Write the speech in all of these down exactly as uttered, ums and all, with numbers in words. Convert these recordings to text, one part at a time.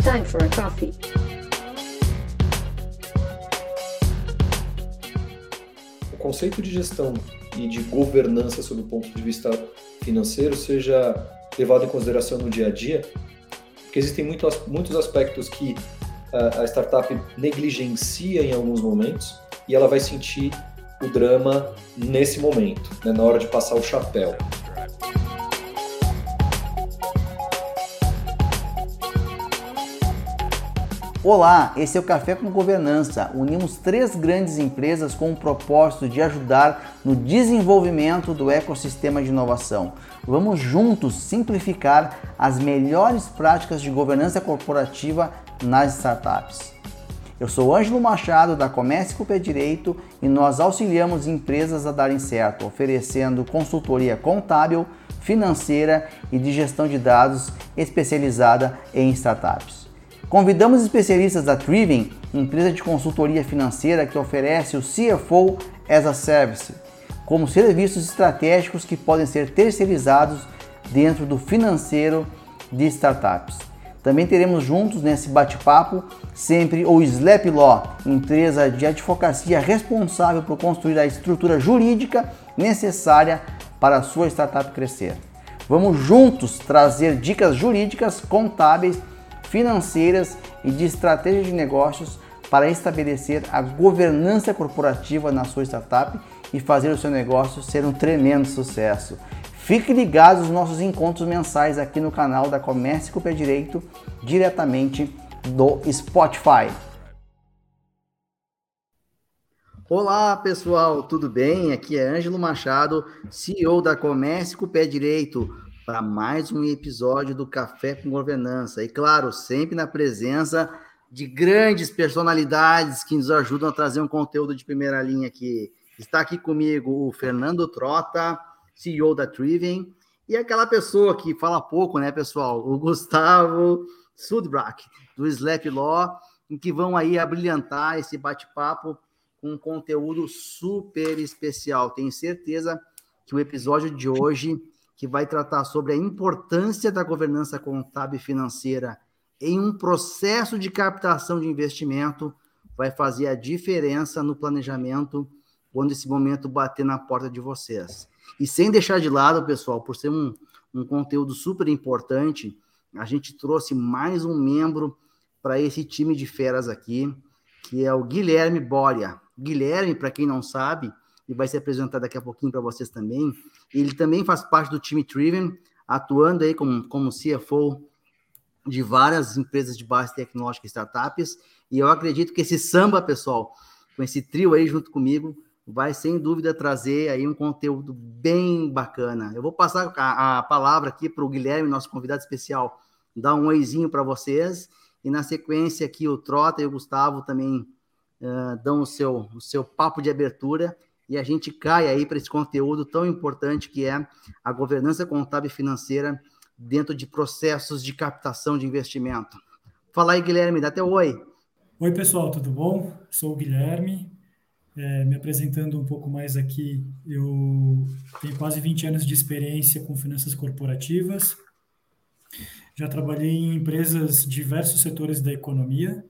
time for a coffee. O conceito de gestão e de governança sob o ponto de vista financeiro seja levado em consideração no dia a dia, porque existem muitos, muitos aspectos que a, a startup negligencia em alguns momentos e ela vai sentir o drama nesse momento, né, na hora de passar o chapéu. Olá, esse é o Café com Governança. Unimos três grandes empresas com o propósito de ajudar no desenvolvimento do ecossistema de inovação. Vamos juntos simplificar as melhores práticas de governança corporativa nas startups. Eu sou Ângelo Machado, da Comece com o Pé Direito, e nós auxiliamos empresas a darem certo, oferecendo consultoria contábil, financeira e de gestão de dados especializada em startups. Convidamos especialistas da Triven, empresa de consultoria financeira que oferece o C F O as a Service, como serviços estratégicos que podem ser terceirizados dentro do financeiro de startups. Também teremos juntos nesse bate-papo sempre o Slap Law, empresa de advocacia responsável por construir a estrutura jurídica necessária para a sua startup crescer. Vamos juntos trazer dicas jurídicas, contábeis, financeiras e de estratégia de negócios para estabelecer a governança corporativa na sua startup e fazer o seu negócio ser um tremendo sucesso. Fique ligado nos nossos encontros mensais aqui no canal da Comece com o Pé Direito, diretamente do Spotify. Olá pessoal, tudo bem? Aqui é Ângelo Machado, C E O da Comece com o Pé Direito, para mais um episódio do Café com Governança. E claro, sempre na presença de grandes personalidades que nos ajudam a trazer um conteúdo de primeira linha aqui. Está aqui comigo o Fernando Trota, C E O da Triven, e aquela pessoa que fala pouco, né, pessoal? O Gustavo Sudbrack, do Slap Law, em que vão aí abrilhantar esse bate-papo com um conteúdo super especial. Tenho certeza que o episódio de hoje, que vai tratar sobre a importância da governança contábil e financeira em um processo de captação de investimento, vai fazer a diferença no planejamento quando esse momento bater na porta de vocês. E sem deixar de lado, pessoal, por ser um, um conteúdo super importante, a gente trouxe mais um membro para esse time de feras aqui, que é o Guilherme Boria. Guilherme, para quem não sabe, e vai se apresentar daqui a pouquinho para vocês também. Ele também faz parte do time Triven, atuando aí como, como C F O de várias empresas de base tecnológica e startups, e eu acredito que esse samba, pessoal, com esse trio aí junto comigo, vai sem dúvida trazer aí um conteúdo bem bacana. Eu vou passar a, a palavra aqui para o Guilherme, nosso convidado especial, dar um oizinho para vocês, e na sequência aqui o Trota e o Gustavo também uh, dão o seu, o seu papo de abertura, e a gente cai aí para esse conteúdo tão importante que é a governança contábil e financeira dentro de processos de captação de investimento. Fala aí, Guilherme, dá até um oi. Oi, pessoal, tudo bom? Sou o Guilherme, é, me apresentando um pouco mais aqui. Eu tenho quase vinte anos de experiência com finanças corporativas. Já trabalhei em empresas de diversos setores da economia,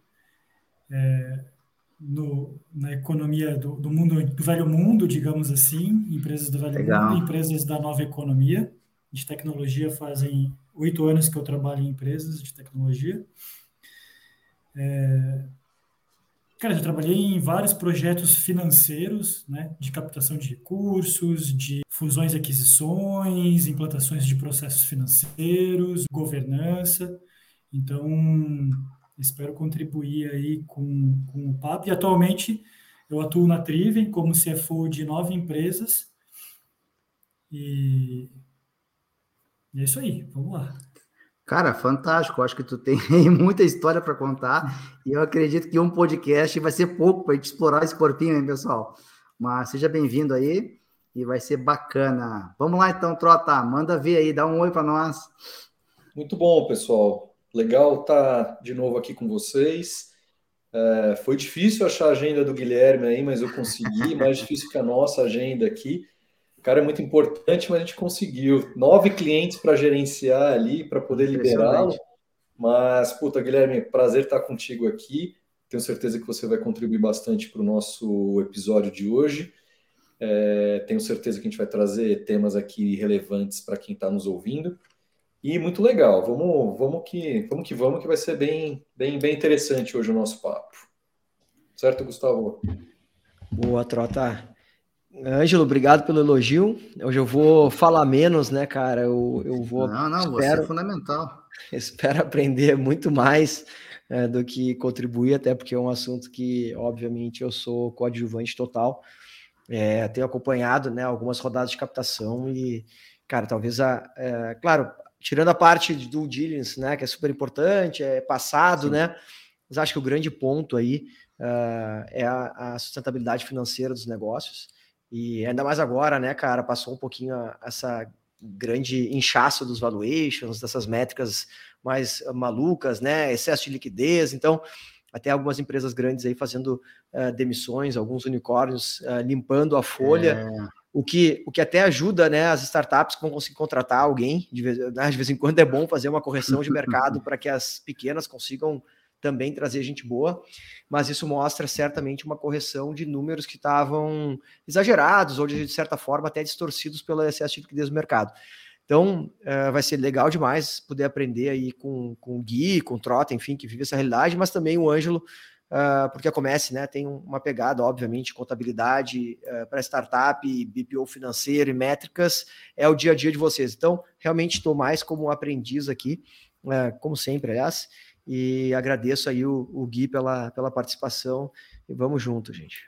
é, No, na economia do, do mundo, do velho mundo, digamos assim, empresas do velho Legal. mundo, empresas da nova economia, de tecnologia. Fazem oito anos que eu trabalho em empresas de tecnologia. É, cara, já trabalhei em vários projetos financeiros, né, de captação de recursos, de fusões e aquisições, implantações de processos financeiros, governança. Então, espero contribuir aí com, com o papo. E atualmente eu atuo na Triven como C F O de nove empresas. E, e é isso aí, vamos lá. Cara, fantástico. Eu acho que tu tem muita história para contar. E eu acredito que um podcast vai ser pouco para a gente explorar esse corpinho, hein, pessoal? Mas seja bem-vindo aí e vai ser bacana. Vamos lá então, Trota. Manda ver aí, dá um oi para nós. Muito bom, pessoal. Legal estar de novo aqui com vocês. É, foi difícil achar a agenda do Guilherme aí, mas eu consegui. Mais difícil que a nossa agenda aqui. O cara é muito importante, mas a gente conseguiu. Nove clientes para gerenciar ali, para poder liberá-lo. Mas, puta, Guilherme, prazer estar contigo aqui. Tenho certeza que você vai contribuir bastante para o nosso episódio de hoje. É, tenho certeza que a gente vai trazer temas aqui relevantes para quem está nos ouvindo. E muito legal. Vamos, vamos que vamos que vamos, que vai ser bem, bem, bem interessante hoje o nosso papo. Certo, Gustavo? Boa, Trota. Ângelo, obrigado pelo elogio. Hoje eu vou falar menos, né, cara? Eu, eu vou. Não, não, espero, você é fundamental. Espero aprender muito mais é, do que contribuir, até porque é um assunto que, obviamente, eu sou coadjuvante total. É, tenho acompanhado, né, algumas rodadas de captação e, cara, talvez a. É, claro, tirando a parte do due diligence, né, que é super importante, é passado, Sim. né? Mas acho que o grande ponto aí uh, é a, a sustentabilidade financeira dos negócios. E ainda mais agora, né, cara, passou um pouquinho a, essa grande inchaço dos valuations, dessas métricas mais malucas, né, excesso de liquidez. Então, até algumas empresas grandes aí fazendo uh, demissões, alguns unicórnios uh, limpando a folha, é. o, que, o que até ajuda, né, as startups que vão conseguir contratar alguém, de vez, né, de vez em quando é bom fazer uma correção de mercado para que as pequenas consigam também trazer gente boa, mas isso mostra certamente uma correção de números que estavam exagerados ou de certa forma até distorcidos pelo excesso de liquidez do mercado. Então, uh, vai ser legal demais poder aprender aí com, com o Gui, com o Trota, enfim, que vive essa realidade, mas também o Ângelo, uh, porque a Comece, né, tem uma pegada, obviamente, contabilidade uh, para startup, B P O financeiro e métricas, é o dia a dia de vocês. Então, realmente estou mais como aprendiz aqui, uh, como sempre, aliás, e agradeço aí o, o Gui pela, pela participação e vamos junto, gente.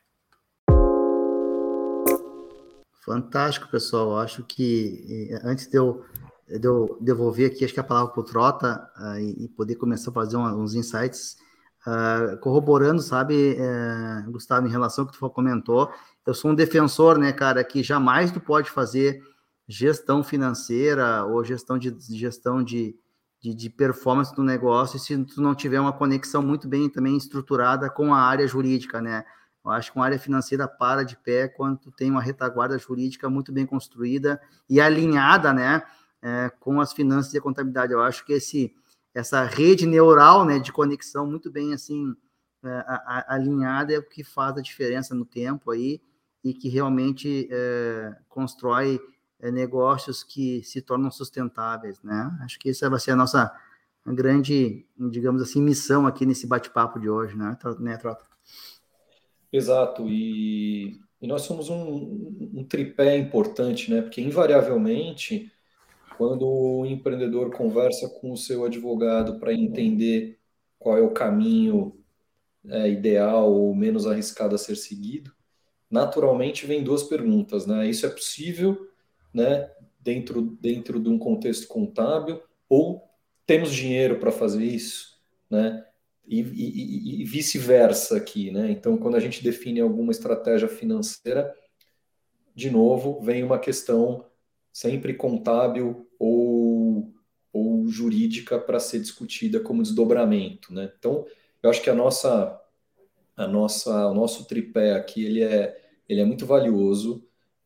Fantástico, pessoal. Acho que antes de eu, de eu devolver aqui, acho que a palavra para o Trota uh, e, e poder começar a fazer uma, uns insights, uh, corroborando, sabe, uh, Gustavo, em relação ao que tu comentou, eu sou um defensor, né, cara, que jamais tu pode fazer gestão financeira ou gestão de gestão de De, de performance do negócio, se tu não tiver uma conexão muito bem também estruturada com a área jurídica, né? Eu acho que uma área financeira para de pé quando tu tem uma retaguarda jurídica muito bem construída e alinhada, né, é, com as finanças e a contabilidade. Eu acho que esse, essa rede neural, né, de conexão muito bem, assim, é, a, a, alinhada é o que faz a diferença no tempo aí e que realmente é, constrói negócios que se tornam sustentáveis, né? Acho que essa vai ser a nossa grande, digamos assim, missão aqui nesse bate-papo de hoje, né, né Trota? Exato, e, e nós somos um, um tripé importante, né? Porque invariavelmente, quando o empreendedor conversa com o seu advogado para entender qual é o caminho é, ideal ou menos arriscado a ser seguido, naturalmente vem duas perguntas, né? Isso é possível, né, dentro, dentro de um contexto contábil, ou temos dinheiro para fazer isso, né, e, e, e vice-versa aqui, né, então quando a gente define alguma estratégia financeira, de novo, vem uma questão sempre contábil ou, ou jurídica para ser discutida como desdobramento, né, então eu acho que a nossa, a nossa, o nosso tripé aqui, ele é, ele é muito valioso.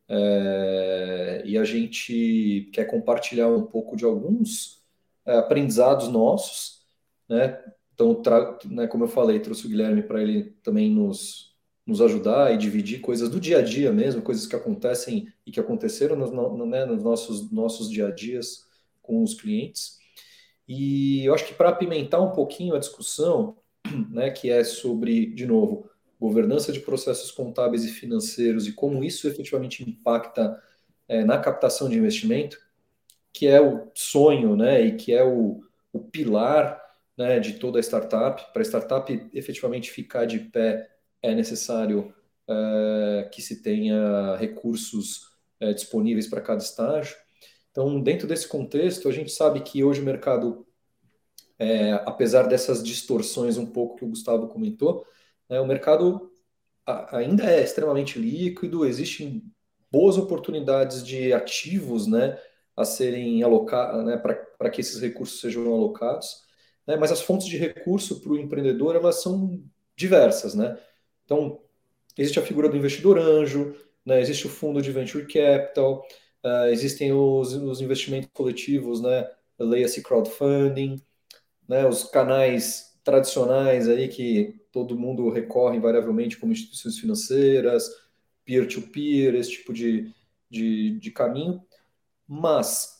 É, e a gente quer compartilhar um pouco de alguns é, aprendizados nossos, né? Então, tra, né, como eu falei, trouxe o Guilherme para ele também nos, nos ajudar e dividir coisas do dia a dia mesmo, coisas que acontecem e que aconteceram nos, no, né, nos nossos, nossos dia a dias com os clientes. E eu acho que para apimentar um pouquinho a discussão, né, que é sobre, de novo, governança de processos contábeis e financeiros e como isso efetivamente impacta é, na captação de investimento, que é o sonho, né, e que é o, o pilar, né, de toda a startup. Para a startup efetivamente ficar de pé, é necessário é, que se tenha recursos é, disponíveis para cada estágio. Então, dentro desse contexto, a gente sabe que hoje o mercado, é, apesar dessas distorções um pouco que o Gustavo comentou, né, o mercado ainda é extremamente líquido, existem boas oportunidades de ativos, né, a serem alocados, né, para que esses recursos sejam alocados, né, mas as fontes de recurso para o empreendedor, elas são diversas, né? Então, existe a figura do investidor anjo, né, existe o fundo de venture capital, uh, existem os, os investimentos coletivos, né, leia-se crowdfunding, né, os canais tradicionais aí que todo mundo recorre invariavelmente, como instituições financeiras, peer-to-peer, esse tipo de, de, de caminho, mas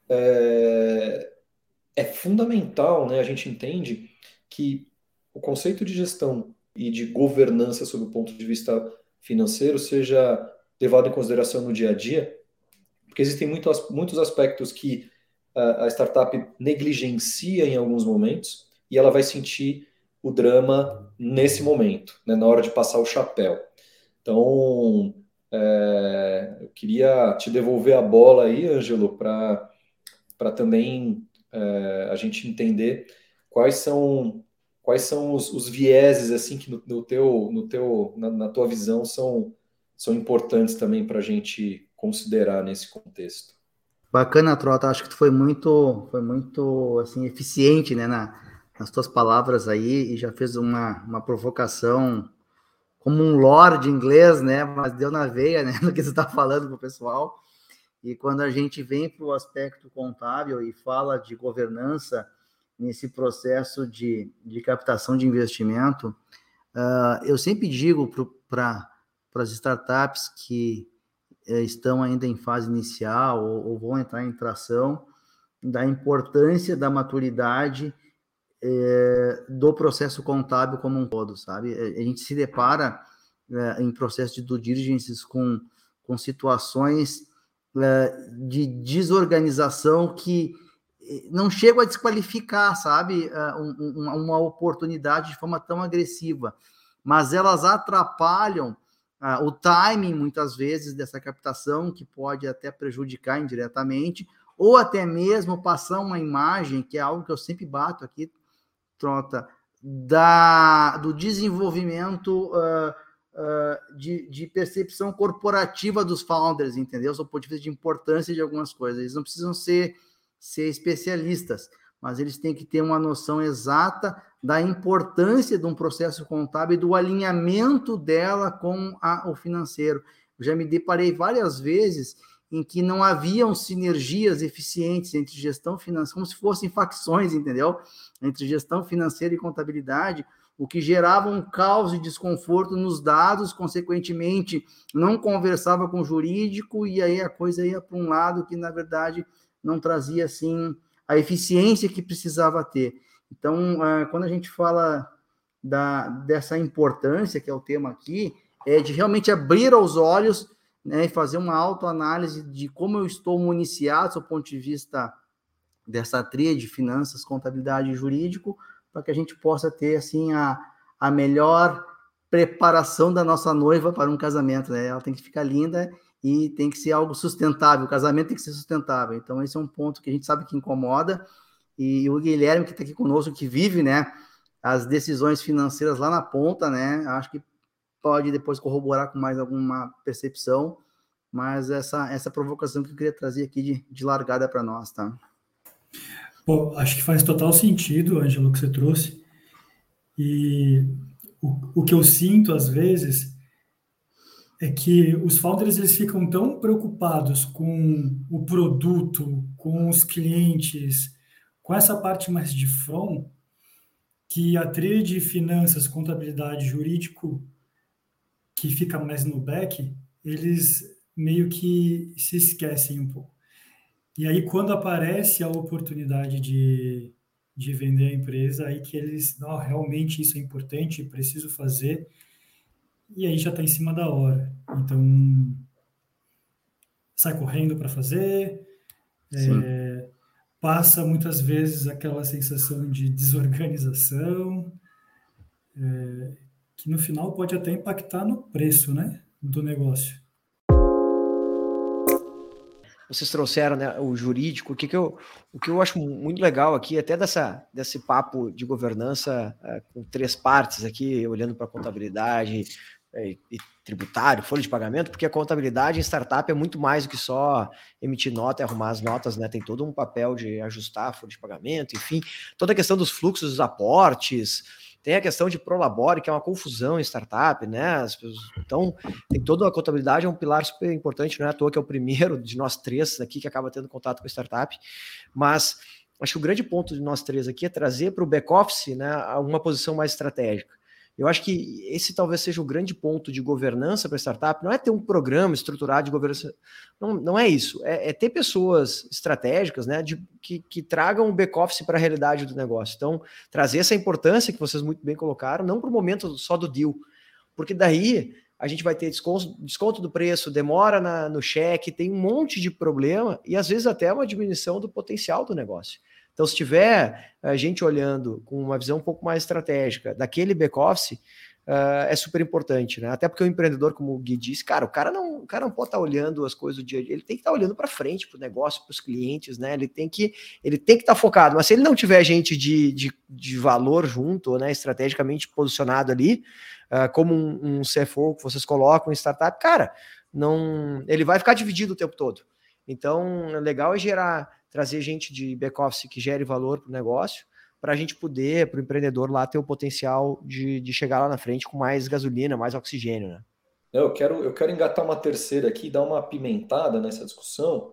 é, é fundamental, né, a gente entende que o conceito de gestão e de governança sob o ponto de vista financeiro seja levado em consideração no dia a dia, porque existem muitos, muitos aspectos que a, a startup negligencia em alguns momentos e ela vai sentir o drama nesse momento, né, na hora de passar o chapéu. Então, é, eu queria te devolver a bola aí, Ângelo, para para também é, a gente entender quais são quais são os, os vieses assim que no, no teu no teu na, na tua visão são são importantes também para a gente considerar nesse contexto. Bacana, Trota. Acho que tu foi muito foi muito assim eficiente, né, na, nas tuas palavras aí, e já fez uma, uma provocação como um lord inglês, né? Mas deu na veia, né? No que você está falando para o pessoal. E quando a gente vem para o aspecto contábil e fala de governança nesse processo de, de captação de investimento, uh, eu sempre digo para as startups que uh, estão ainda em fase inicial ou, ou vão entrar em tração, da importância da maturidade eh, do processo contábil como um todo, sabe? A gente se depara eh, em processo de due diligence com, com situações de desorganização que não chegam a desqualificar, sabe, uma oportunidade de forma tão agressiva, mas elas atrapalham o timing, muitas vezes, dessa captação, que pode até prejudicar indiretamente, ou até mesmo passar uma imagem, que é algo que eu sempre bato aqui, Trota, da, do desenvolvimento uh, Uh, de, de percepção corporativa dos founders, entendeu? Só ponto de vista de importância de algumas coisas. Eles não precisam ser, ser especialistas, mas eles têm que ter uma noção exata da importância de um processo contábil e do alinhamento dela com a, o financeiro. Eu já me deparei várias vezes em que não haviam sinergias eficientes entre gestão financeira, como se fossem facções, entendeu? Entre gestão financeira e contabilidade, o que gerava um caos e desconforto nos dados, consequentemente, não conversava com o jurídico, e aí a coisa ia para um lado que, na verdade, não trazia, assim, a eficiência que precisava ter. Então, quando a gente fala da, dessa importância, que é o tema aqui, é de realmente abrir os olhos, né, e fazer uma autoanálise de como eu estou municiado, do ponto de vista dessa tríade de finanças, contabilidade e jurídico, para que a gente possa ter, assim, a, a melhor preparação da nossa noiva para um casamento, né? Ela tem que ficar linda e tem que ser algo sustentável, o casamento tem que ser sustentável. Então, esse é um ponto que a gente sabe que incomoda, e o Guilherme, que está aqui conosco, que vive, né, as decisões financeiras lá na ponta, né, acho que pode depois corroborar com mais alguma percepção, mas essa, essa provocação que eu queria trazer aqui de, de largada para nós, tá? Pô, acho que faz total sentido, Ângelo, o que você trouxe. E o, o que eu sinto, às vezes, é que os founders eles ficam tão preocupados com o produto, com os clientes, com essa parte mais de front, que a tríade de finanças, contabilidade, jurídico, que fica mais no back, eles meio que se esquecem um pouco. E aí, quando aparece a oportunidade de, de vender a empresa, aí que eles, não, realmente isso é importante, preciso fazer, e aí já está em cima da hora. Então, sai correndo para fazer, é, passa muitas vezes aquela sensação de desorganização, é, que no final pode até impactar no preço, né, do negócio. Vocês trouxeram, né, o jurídico. O que, que, eu, o que eu acho muito legal aqui, até dessa, desse papo de governança é, com três partes aqui, olhando para a contabilidade é, e tributário, folha de pagamento, porque a contabilidade em startup é muito mais do que só emitir nota e arrumar as notas, né? Tem todo um papel de ajustar a folha de pagamento, enfim, toda a questão dos fluxos, dos aportes. Tem a questão de prolabore, que é uma confusão em startup, né? Então, tem toda a contabilidade, é um pilar super importante, não é à toa que é o primeiro de nós três aqui que acaba tendo contato com a startup, mas acho que o grande ponto de nós três aqui é trazer para o back-office, né, uma posição mais estratégica. Eu acho que esse talvez seja o grande ponto de governança para a startup, não é ter um programa estruturado de governança, não, não é isso, é, é ter pessoas estratégicas, né, de, que, que tragam o back-office para a realidade do negócio. Então, trazer essa importância que vocês muito bem colocaram, não para o momento só do deal, porque daí a gente vai ter desconto, desconto do preço, demora na, no cheque, tem um monte de problema e às vezes até uma diminuição do potencial do negócio. Então, se tiver a gente olhando com uma visão um pouco mais estratégica daquele back-office, uh, é super importante, né? Até porque o empreendedor, como o Gui disse, cara, o cara não, o cara não pode estar olhando as coisas do dia a dia, ele tem que estar olhando para frente, para o negócio, para os clientes, né? Ele tem que ele tem que estar focado, mas se ele não tiver gente de, de, de valor junto, né, estrategicamente posicionado ali, uh, como um, um C F O que vocês colocam em startup, cara, não, ele vai ficar dividido o tempo todo. Então, é legal é gerar, trazer gente de back-office que gere valor para o negócio, para a gente poder, para o empreendedor lá, ter o potencial de, de chegar lá na frente com mais gasolina, mais oxigênio, né? Eu quero, eu quero engatar uma terceira aqui, dar uma apimentada nessa discussão,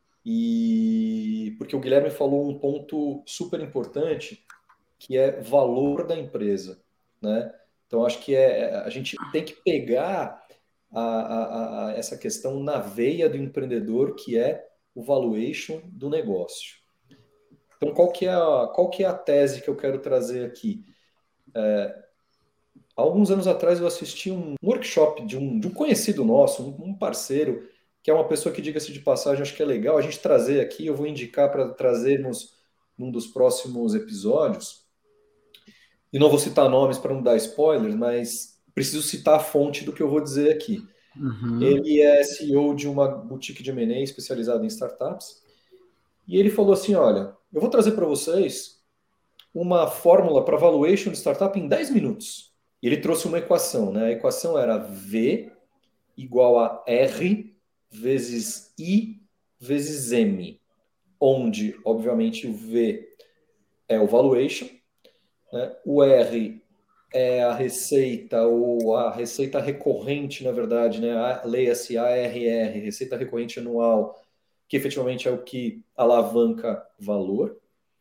e porque o Guilherme falou um ponto super importante, que é valor da empresa, né? Então, acho que é, a gente tem que pegar a, a, a, essa questão na veia do empreendedor, que é o valuation do negócio. Então, qual que é a, qual que é a tese que eu quero trazer aqui? É, há alguns anos atrás eu assisti um workshop de um, de um conhecido nosso, um, um parceiro, que é uma pessoa que, diga-se de passagem, acho que é legal a gente trazer aqui, eu vou indicar para trazermos num dos próximos episódios, e não vou citar nomes para não dar spoilers, mas preciso citar a fonte do que eu vou dizer aqui. Uhum. Ele é C E O de uma boutique de M and A especializada em startups. E ele falou assim, olha, eu vou trazer para vocês uma fórmula para valuation de startup em dez minutos. E ele trouxe uma equação, né? A equação era V igual a R vezes I vezes M. Onde, obviamente, o V é o valuation, né? O R é a receita, ou a receita recorrente, na verdade, né? Leia-se A R R, receita recorrente anual, que efetivamente é o que alavanca valor.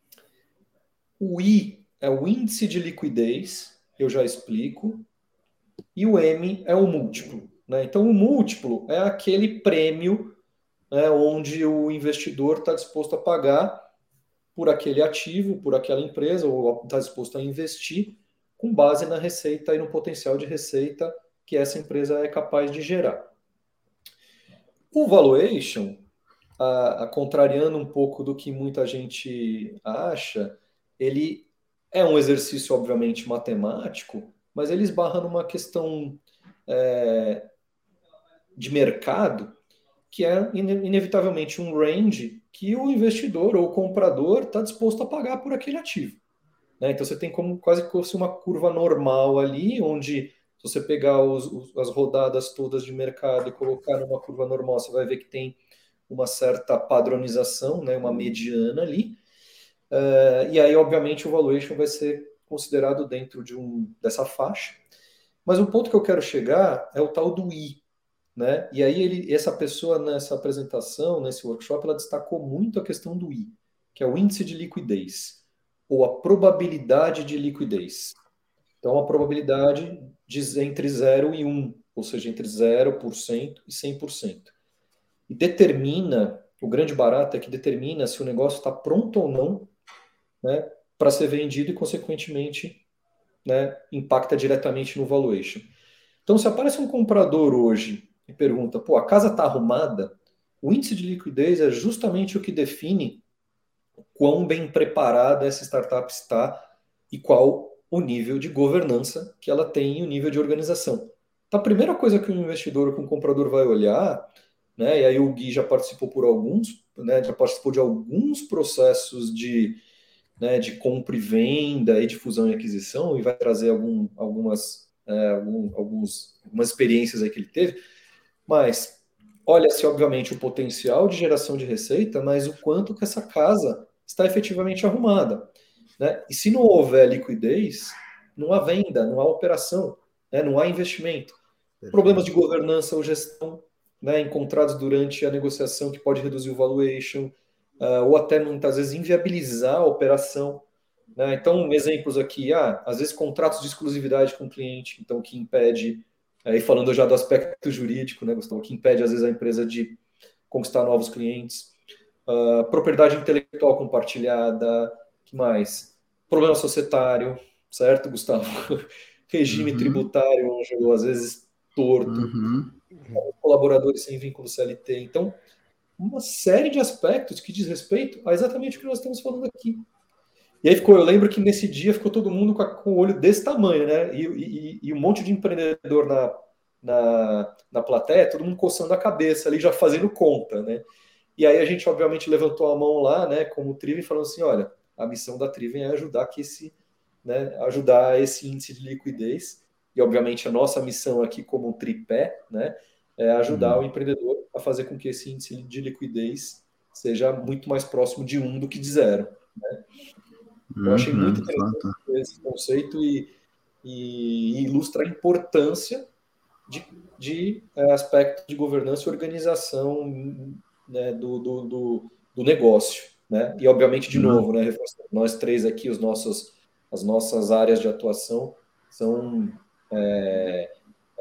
O I é o índice de liquidez, eu já explico. E o M é o múltiplo, né? Então, o múltiplo é aquele prêmio, né, onde o investidor está disposto a pagar por aquele ativo, por aquela empresa, ou está disposto a investir com base na receita e no potencial de receita que essa empresa é capaz de gerar. O valuation, a, a, contrariando um pouco do que muita gente acha, ele é um exercício, obviamente, matemático, mas ele esbarra numa questão é, de mercado, que é inevitavelmente um range que o investidor ou o comprador está disposto a pagar por aquele ativo. Né? Então você tem como quase que fosse uma curva normal ali, onde se você pegar os, os, as rodadas todas de mercado e colocar numa curva normal, você vai ver que tem uma certa padronização, né? Uma mediana ali. Uh, e aí, obviamente, o valuation vai ser considerado dentro de um, dessa faixa. Mas o ponto que eu quero chegar é o tal do I. Né? E aí ele, essa pessoa nessa apresentação, nesse workshop, ela destacou muito a questão do I, que é o índice de liquidez, ou a probabilidade de liquidez. Então, a probabilidade de entre zero e um, ou seja, entre zero por cento e cem por cento. E determina, o grande barato é que determina se o negócio está pronto ou não, né, para ser vendido e, consequentemente, né, impacta diretamente no valuation. Então, se aparece um comprador hoje e pergunta, pô, a casa está arrumada, o índice de liquidez é justamente o que define quão bem preparada essa startup está e qual o nível de governança que ela tem e o nível de organização. Então, a primeira coisa que um investidor ou que um comprador vai olhar, né, e aí o Gui já participou por alguns, né, já participou de alguns processos de, né, de compra e venda e de fusão e aquisição, e vai trazer algum, algumas, é, algum, alguns, algumas experiências aí que ele teve, mas olha-se, obviamente, o potencial de geração de receita, mas o quanto que essa casa está efetivamente arrumada. Né? E se não houver liquidez, não há venda, não há operação, né? Não há investimento. Perfeito. Problemas de governança ou gestão, né, encontrados durante a negociação que pode reduzir o valuation, uh, ou até muitas vezes inviabilizar a operação, né? Então, exemplos aqui, ah, às vezes contratos de exclusividade com o cliente, então que impede, aí falando já do aspecto jurídico, né, Gustavo, que impede às vezes a empresa de conquistar novos clientes, uh, propriedade intelectual compartilhada, que mais? Problema societário, certo, Gustavo? Regime Uhum. tributário, Ângelo, às vezes torto, Uhum. colaboradores sem vínculo C L T. Então, uma série de aspectos que diz respeito a exatamente o que nós estamos falando aqui. E aí ficou, eu lembro que nesse dia ficou todo mundo com, a, com o olho desse tamanho, né? E, e, e um monte de empreendedor na, na, na plateia, todo mundo coçando a cabeça ali, já fazendo conta, né? E aí a gente, obviamente, levantou a mão lá, né, como Triven, falando assim, olha, a missão da Triven é ajudar que esse, né, ajudar esse índice de liquidez, e obviamente a nossa missão aqui como tripé, né, é ajudar Uhum. o empreendedor a fazer com que esse índice de liquidez seja muito mais próximo de um do que de zero, né? Eu achei Uhum. muito interessante esse conceito e, e, e ilustra a importância de, de é, aspectos de governança e organização, né, do, do, do, do negócio, né? E obviamente, de Uhum. novo, né, nós três aqui, os nossos, as nossas áreas de atuação são é,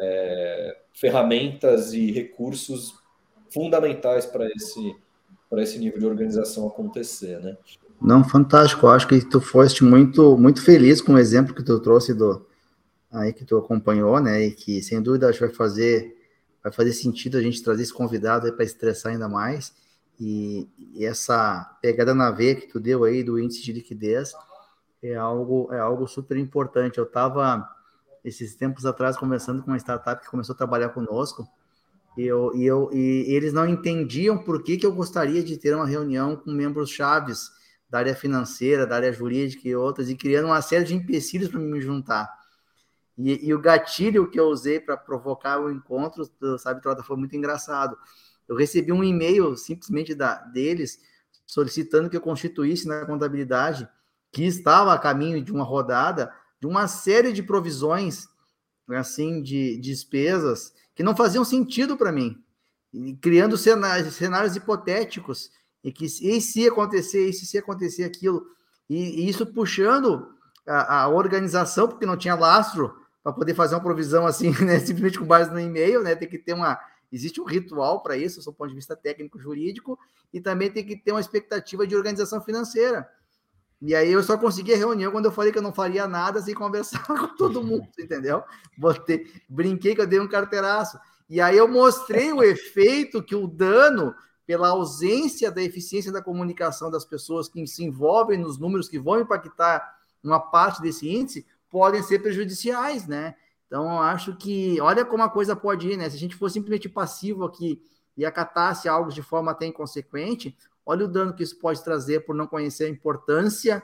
é, ferramentas e recursos fundamentais para esse, para esse nível de organização acontecer, né? Não, fantástico. Eu acho que tu foste muito, muito feliz com o exemplo que tu trouxe do aí que tu acompanhou, né? E que sem dúvida acho que vai fazer vai fazer sentido a gente trazer esse convidado aí para estressar ainda mais. E, e essa pegada na veia que tu deu aí do índice de liquidez é algo é algo super importante. Eu estava esses tempos atrás conversando com uma startup que começou a trabalhar conosco. E, eu, e, eu, e eles não entendiam por que, que eu gostaria de ter uma reunião com membros chaves da área financeira, da área jurídica e outras, e criando uma série de empecilhos para me juntar. E, e o gatilho que eu usei para provocar o encontro, sabe, Trota, foi muito engraçado. Eu recebi um e-mail simplesmente da, deles solicitando que eu constituísse na contabilidade, que estava a caminho de uma rodada, de uma série de provisões, assim, de, de despesas que não faziam sentido para mim, e criando cenários, cenários hipotéticos, e que e se acontecer isso, se acontecer aquilo, e, e isso puxando a, a organização, porque não tinha lastro para poder fazer uma provisão assim, né, simplesmente com base no e-mail, né, tem que ter uma, existe um ritual para isso, do ponto de vista técnico, jurídico, e também tem que ter uma expectativa de organização financeira. E aí eu só consegui a reunião quando eu falei que eu não faria nada sem conversar com todo mundo, entendeu? Botei, brinquei que eu dei um carteiraço. E aí eu mostrei o efeito que o dano pela ausência da eficiência da comunicação das pessoas que se envolvem nos números que vão impactar uma parte desse índice podem ser prejudiciais, né? Então eu acho que, olha como a coisa pode ir, né? Se a gente for simplesmente passivo aqui e acatasse algo de forma até inconsequente, olha o dano que isso pode trazer por não conhecer a importância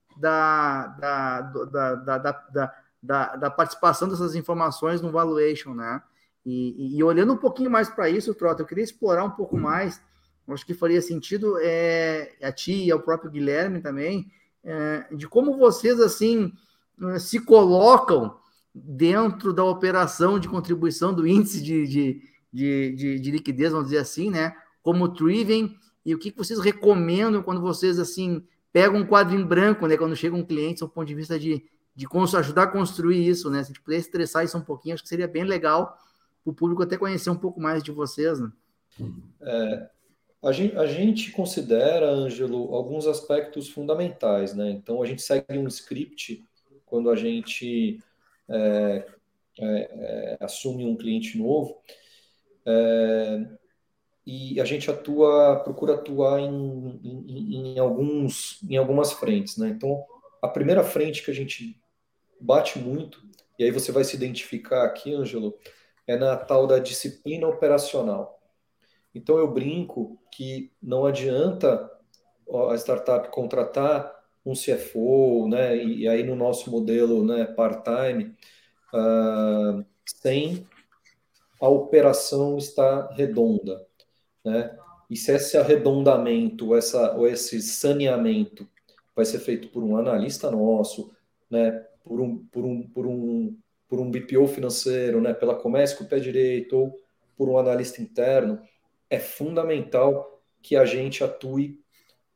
da, da, da, da, da, da, da participação dessas informações no valuation, né? E, e, e olhando um pouquinho mais para isso, Trota, eu queria explorar um pouco mais, acho que faria sentido é, a ti e ao próprio Guilherme também, é, de como vocês, assim, se colocam dentro da operação de contribuição do índice de, de, de, de, de liquidez, vamos dizer assim, né? Como Triven. E o que vocês recomendam quando vocês, assim, pegam um quadro em branco, né? Quando chega um cliente, do ponto de vista de, de ajudar a construir isso, né? Se a gente puder estressar isso um pouquinho, acho que seria bem legal para o público até conhecer um pouco mais de vocês, né? É, a, gente, a gente considera, Ângelo, alguns aspectos fundamentais, né? Então, a gente segue um script quando a gente é, é, é, assume um cliente novo. É, e a gente atua, procura atuar em, em, em, alguns, em algumas frentes, né? Então, a primeira frente que a gente bate muito, e aí você vai se identificar aqui, Ângelo, é na tal da disciplina operacional. Então, eu brinco que não adianta a startup contratar um C F O, né? E, e aí no nosso modelo, né, part-time, uh, sem a operação estar redonda, né? E se esse arredondamento, essa, ou esse saneamento vai ser feito por um analista nosso, né? Por um, por um, por um, por um B P O financeiro, né? Pela Comércio com o pé direito ou por um analista interno, é fundamental que a gente atue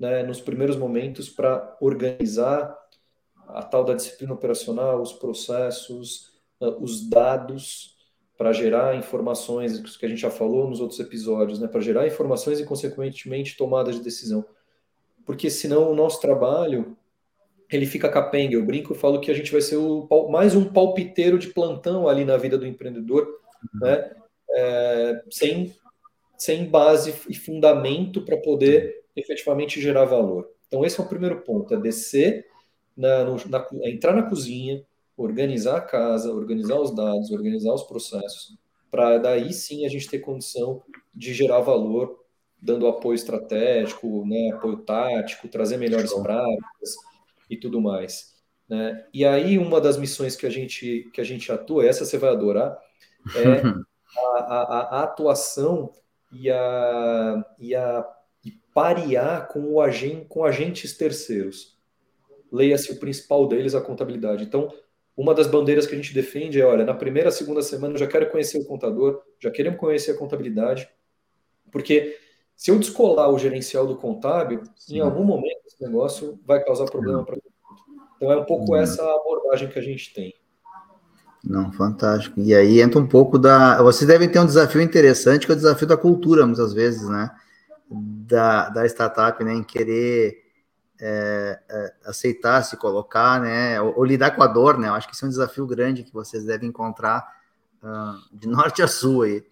né, nos primeiros momentos para organizar a tal da disciplina operacional, os processos, os dados, para gerar informações, que a gente já falou nos outros episódios, né, para gerar informações e, consequentemente, tomada de decisão. Porque senão o nosso trabalho, ele fica capenga. Eu brinco e falo que a gente vai ser o, mais um palpiteiro de plantão ali na vida do empreendedor, né, é, sem, sem base e fundamento para poder efetivamente gerar valor. Então esse é o primeiro ponto, é descer, na, no, na, é entrar na cozinha, organizar a casa, organizar os dados, organizar os processos, para daí sim a gente ter condição de gerar valor, dando apoio estratégico, né, apoio tático, trazer melhores práticas e tudo mais, né? E aí uma das missões que a gente, que a gente atua, essa você vai adorar, é a, a, a atuação e a, e a e parear com, o agente, com agentes terceiros. Leia-se o principal deles, a contabilidade. Então, uma das bandeiras que a gente defende é, olha, na primeira, segunda semana eu já quero conhecer o contador, já queremos conhecer a contabilidade, porque se eu descolar o gerencial do contábil, Sim. em algum momento esse negócio vai causar problema para todo mundo. Então, é um pouco Sim. essa abordagem que a gente tem. Não, fantástico. E aí entra um pouco da... Vocês devem ter um desafio interessante, que é o desafio da cultura, muitas vezes, né? Da, da startup, né? Em querer é, é, aceitar, se colocar, né? Ou, ou lidar com a dor, né? Eu acho que isso é um desafio grande que vocês devem encontrar uh, de norte a sul aí.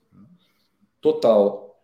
Total.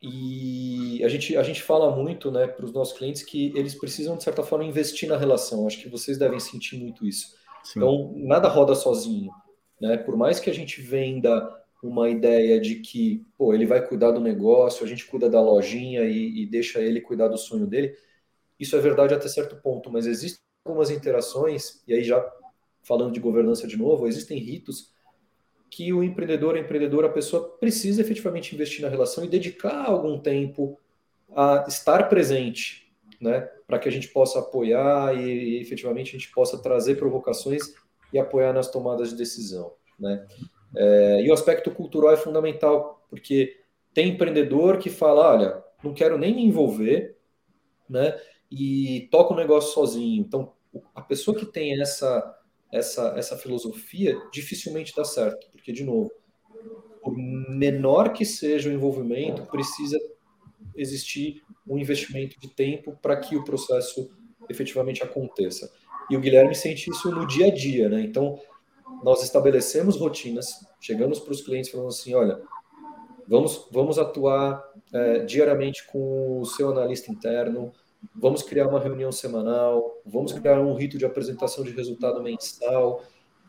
E a gente, a gente fala muito, né, para os nossos clientes que eles precisam, de certa forma, investir na relação. Acho que vocês devem sentir muito isso. Sim. Então, nada roda sozinho, né? Por mais que a gente venda uma ideia de que, pô, ele vai cuidar do negócio, a gente cuida da lojinha e, e deixa ele cuidar do sonho dele, isso é verdade até certo ponto, mas existem algumas interações, e aí já falando de governança de novo, existem ritos que o empreendedor, a empreendedora, a pessoa precisa efetivamente investir na relação e dedicar algum tempo a estar presente, né, para que a gente possa apoiar e, e efetivamente a gente possa trazer provocações e apoiar nas tomadas de decisão, né? É, e o aspecto cultural é fundamental, porque tem empreendedor que fala, olha, não quero nem me envolver, né, e toca o negócio sozinho. Então, a pessoa que tem essa, essa, essa filosofia dificilmente dá certo, porque, de novo, por menor que seja o envolvimento, precisa existir um investimento de tempo para que o processo efetivamente aconteça. E o Guilherme sente isso no dia a dia, né? Então, nós estabelecemos rotinas, chegamos para os clientes falando assim, olha, vamos, vamos atuar é, diariamente com o seu analista interno, vamos criar uma reunião semanal, vamos criar um rito de apresentação de resultado mensal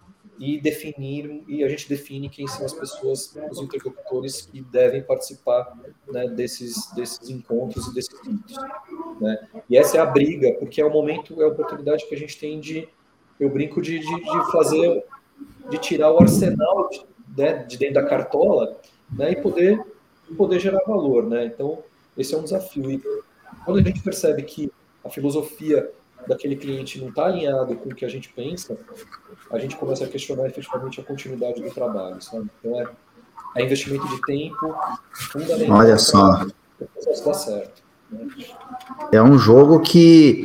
e definir, e a gente define quem são as pessoas, os interlocutores que devem participar, né, desses, desses encontros e desses ritos, né? E essa é a briga, porque é o momento, é a oportunidade que a gente tem de, eu brinco, de, de, de fazer, de tirar o arsenal de, né, de dentro da cartola, né, e poder, poder gerar valor, né? Então, esse é um desafio. E quando a gente percebe que a filosofia daquele cliente não está alinhado com o que a gente pensa, a gente começa a questionar efetivamente a continuidade do trabalho, sabe? Então, é, é investimento de tempo fundamental. Olha só. Para o processo dar certo, né? É um jogo que,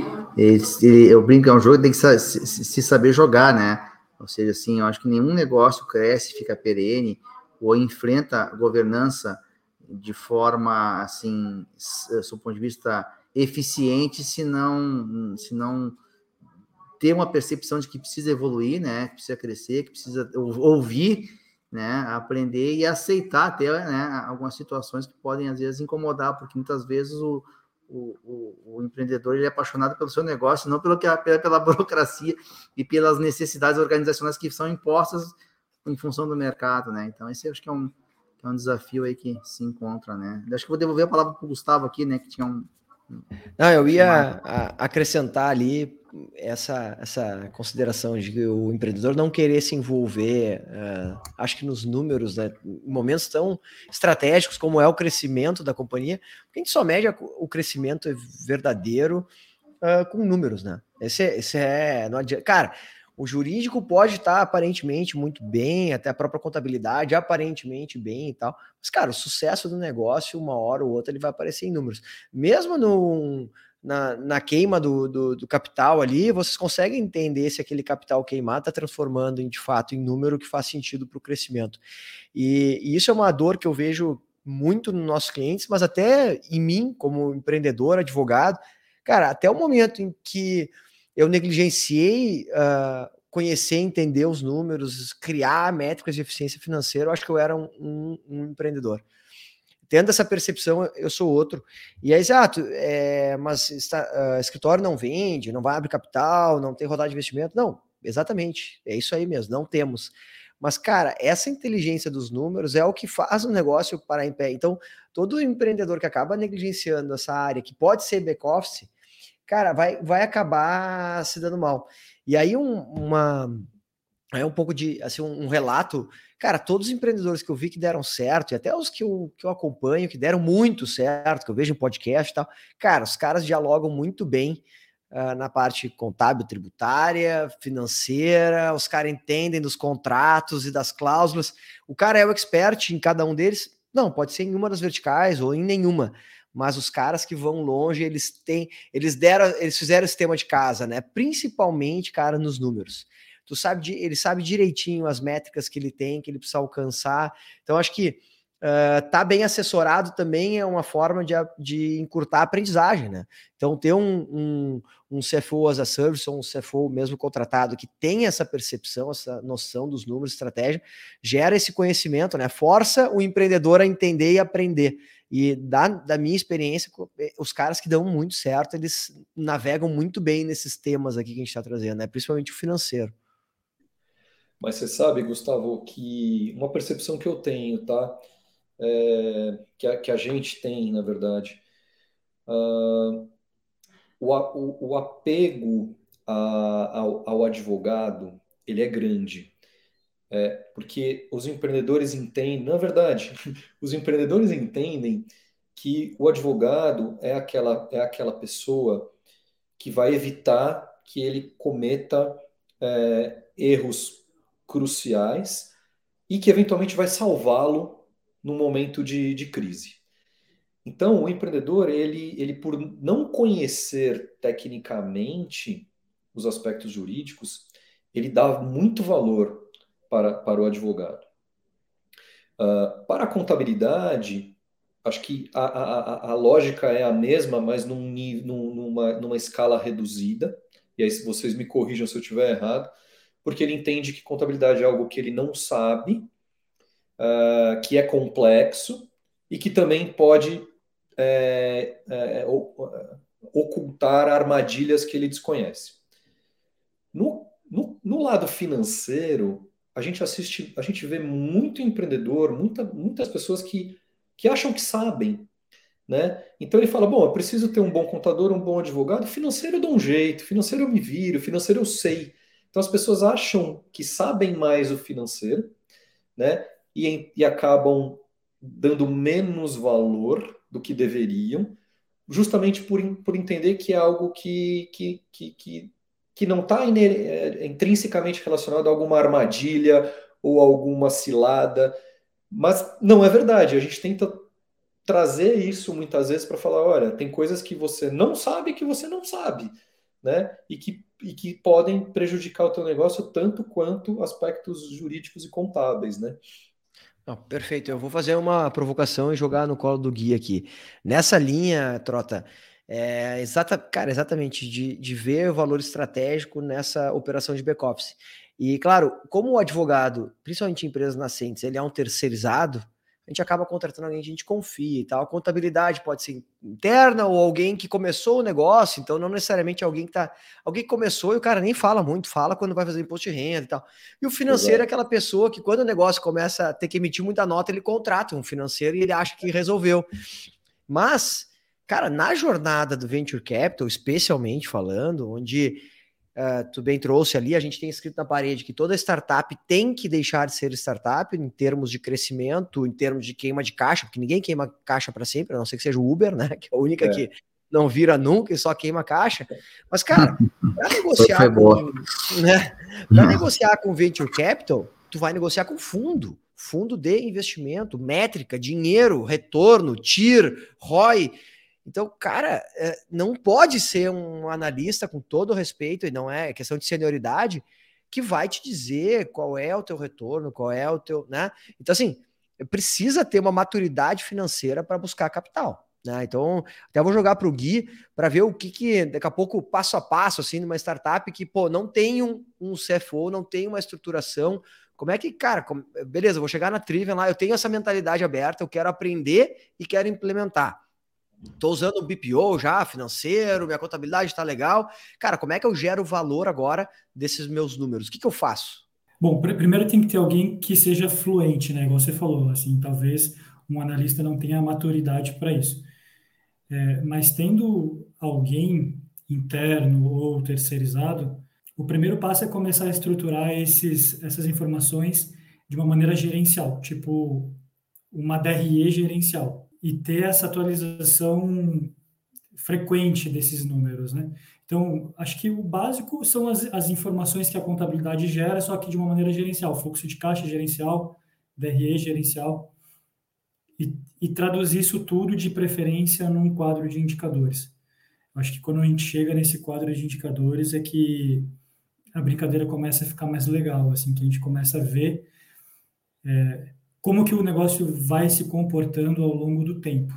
eu brinco, é um jogo que tem que se saber jogar, né? Ou seja, assim, eu acho que nenhum negócio cresce, fica perene, ou enfrenta governança de forma, assim, do ponto de vista eficiente, se não, se não ter uma percepção de que precisa evoluir, né, que precisa crescer, que precisa ouvir, né, aprender e aceitar até, né, algumas situações que podem, às vezes, incomodar, porque muitas vezes o, o, o, o empreendedor ele é apaixonado pelo seu negócio, não pelo que, pela, pela burocracia e pelas necessidades organizacionais que são impostas em função do mercado, né? Então, esse eu acho que é um, que é um desafio aí que se encontra, né? Acho que vou devolver a palavra para o Gustavo aqui, né, que tinha um... Não, eu ia a, acrescentar ali essa, essa consideração de que o empreendedor não querer se envolver, uh, acho que nos números, né, em momentos tão estratégicos como é o crescimento da companhia, porque a gente só mede o crescimento verdadeiro uh, com números, né? Esse, esse é, não adianta. Cara, o jurídico pode estar aparentemente muito bem, até a própria contabilidade aparentemente bem e tal, mas, cara, o sucesso do negócio, uma hora ou outra, ele vai aparecer em números. Mesmo num, na, na queima do, do, do capital ali, vocês conseguem entender se aquele capital queimado está transformando em, de fato, em número que faz sentido para o crescimento. E, e isso é uma dor que eu vejo muito nos nossos clientes, mas até em mim, como empreendedor, advogado, cara, até o momento em que eu negligenciei uh, conhecer, entender os números, criar métricas de eficiência financeira, eu acho que eu era um, um, um empreendedor. Tendo essa percepção, eu sou outro. E é exato, é, mas está, uh, escritório não vende, não vai abrir capital, não tem rodada de investimento. Não, exatamente, é isso aí mesmo, não temos. Mas, cara, essa inteligência dos números é o que faz o negócio parar em pé. Então, todo empreendedor que acaba negligenciando essa área, que pode ser back-office, cara, vai, vai acabar se dando mal. E aí, um, uma, é um pouco de, assim, um, um relato, cara, todos os empreendedores que eu vi que deram certo, e até os que eu, que eu acompanho, que deram muito certo, que eu vejo em podcast e tal, cara, os caras dialogam muito bem uh, na parte contábil, tributária, financeira, os caras entendem dos contratos e das cláusulas, o cara é o expert em cada um deles, não, pode ser em uma das verticais ou em nenhuma, mas os caras que vão longe, eles têm, eles deram, eles fizeram esse tema de casa, né? Principalmente, cara, nos números. Tu sabe, ele sabe direitinho as métricas que ele tem, que ele precisa alcançar. Então, acho que uh, tá bem assessorado também é uma forma de, de encurtar a aprendizagem, né? Então, ter um, um, um C F O as a service, ou um C F O mesmo contratado, que tem essa percepção, essa noção dos números, estratégia, gera esse conhecimento, né? Força o empreendedor a entender e aprender. E da, da minha experiência, os caras que dão muito certo, eles navegam muito bem nesses temas aqui que a gente está trazendo, né? Principalmente o financeiro. Mas você sabe, Gustavo, que uma percepção que eu tenho, tá? É, que, a, que a gente tem, na verdade, uh, o, o, o apego a, ao, ao advogado, ele é grande. É, porque os empreendedores entendem, na verdade, os empreendedores entendem que o advogado é aquela, é aquela pessoa que vai evitar que ele cometa é, erros cruciais e que eventualmente vai salvá-lo no momento de, de crise. Então, o empreendedor, ele, ele por não conhecer tecnicamente os aspectos jurídicos, ele dá muito valor Para, para o advogado. Uh, para a contabilidade, acho que a, a, a lógica é a mesma, mas num, numa, numa escala reduzida. E aí, se vocês me corrijam se eu estiver errado, porque ele entende que contabilidade é algo que ele não sabe, uh, que é complexo e que também pode é, é, ocultar armadilhas que ele desconhece. No, no, no lado financeiro, a gente assiste, a gente vê muito empreendedor, muita, muitas pessoas que, que acham que sabem, né? Então ele fala, bom, eu preciso ter um bom contador, um bom advogado, financeiro eu dou um jeito, financeiro eu me viro, financeiro eu sei. Então as pessoas acham que sabem mais o financeiro, né? E, e acabam dando menos valor do que deveriam, justamente por, por entender que é algo que, que, que, que que não está intrinsecamente relacionado a alguma armadilha ou alguma cilada, mas não é verdade. A gente tenta trazer isso muitas vezes para falar, olha, tem coisas que você não sabe que você não sabe, né? E que, e que podem prejudicar o teu negócio tanto quanto aspectos jurídicos e contábeis, né? Não, perfeito. Eu vou fazer uma provocação e jogar no colo do Gui aqui. Nessa linha, Trota, É, exata, cara, exatamente, de, de ver o valor estratégico nessa operação de back-office. E, claro, como o advogado, principalmente em empresas nascentes, ele é um terceirizado, a gente acaba contratando alguém que a gente confia e tal. A contabilidade pode ser interna ou alguém que começou o negócio, então não necessariamente alguém que tá. Alguém que começou e o cara nem fala muito, fala quando vai fazer imposto de renda e tal. E o financeiro Exato. É aquela pessoa que, quando o negócio começa a ter que emitir muita nota, ele contrata um financeiro e ele acha que resolveu. Mas, cara, na jornada do Venture Capital, especialmente falando, onde uh, tu bem trouxe ali, a gente tem escrito na parede que toda startup tem que deixar de ser startup em termos de crescimento, em termos de queima de caixa, porque ninguém queima caixa para sempre, a não ser que seja o Uber, né? Que é a única é. que não vira nunca e só queima caixa. Mas, cara, para negociar com, né, para negociar com Venture Capital, tu vai negociar com fundo. Fundo de investimento, métrica, dinheiro, retorno, T I R, R O I. Então, cara, não pode ser um analista, com todo o respeito, e não é questão de senioridade, que vai te dizer qual é o teu retorno, qual é o teu, né? Então, assim, precisa ter uma maturidade financeira para buscar capital, né? Então, até vou jogar para o Gui para ver o que, que, daqui a pouco, passo a passo, assim, numa startup que, pô, não tem um, um C F O, não tem uma estruturação. Como é que, cara, como, beleza, vou chegar na Trivium lá, eu tenho essa mentalidade aberta, eu quero aprender e quero implementar. Estou usando o B P O já, financeiro, minha contabilidade está legal. Cara, como é que eu gero valor agora desses meus números? O que, que eu faço? Bom, pr- primeiro tem que ter alguém que seja fluente, né? Igual você falou, assim, talvez um analista não tenha a maturidade para isso. É, mas tendo alguém interno ou terceirizado, o primeiro passo é começar a estruturar esses, essas informações de uma maneira gerencial, tipo uma D R E gerencial, e ter essa atualização frequente desses números, né? Então, acho que o básico são as, as informações que a contabilidade gera, só que de uma maneira gerencial, fluxo de caixa gerencial, D R E gerencial, e, e traduzir isso tudo de preferência num quadro de indicadores. Acho que quando a gente chega nesse quadro de indicadores é que a brincadeira começa a ficar mais legal, assim, que a gente começa a ver é, como que o negócio vai se comportando ao longo do tempo.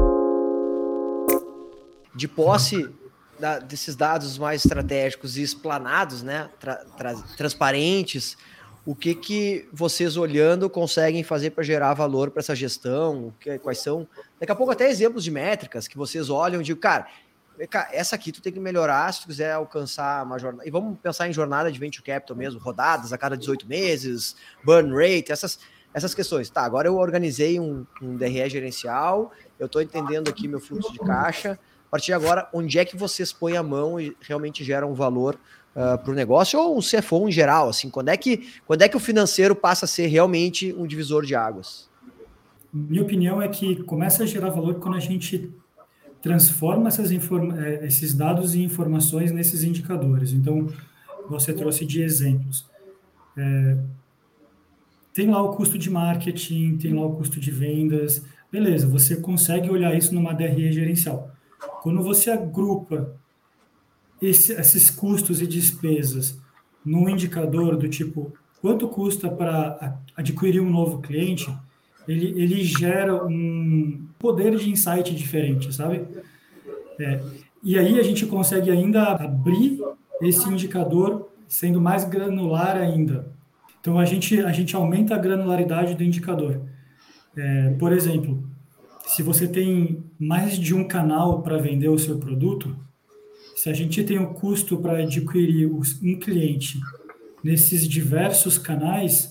De posse da, desses dados mais estratégicos e explanados, né, tra, tra, transparentes, o que, que vocês olhando conseguem fazer para gerar valor para essa gestão? Que, quais são, daqui a pouco até exemplos de métricas que vocês olham e digam, cara, essa aqui tu tem que melhorar se tu quiser alcançar uma jornada. E vamos pensar em jornada de venture capital mesmo, rodadas a cada dezoito meses, burn rate, essas, essas questões. Tá, agora eu organizei um, um D R E gerencial, eu estou entendendo aqui meu fluxo de caixa. A partir de agora, onde é que vocês põem a mão e realmente geram valor uh, para o negócio, ou um C F O em geral? Assim, quando é que, quando é que o financeiro passa a ser realmente um divisor de águas? Minha opinião é que começa a gerar valor quando a gente transforma essas esses dados e informações nesses indicadores. Então, você trouxe de exemplos. É, tem lá o custo de marketing, tem lá o custo de vendas. Beleza, você consegue olhar isso numa D R E gerencial. Quando você agrupa esse, esses custos e despesas num indicador do tipo quanto custa para adquirir um novo cliente, ele, ele gera um poder de insight diferente, sabe? É, e aí a gente consegue ainda abrir esse indicador sendo mais granular ainda. Então a gente, a gente aumenta a granularidade do indicador. É, por exemplo, se você tem mais de um canal para vender o seu produto, se a gente tem o custo para adquirir um cliente nesses diversos canais,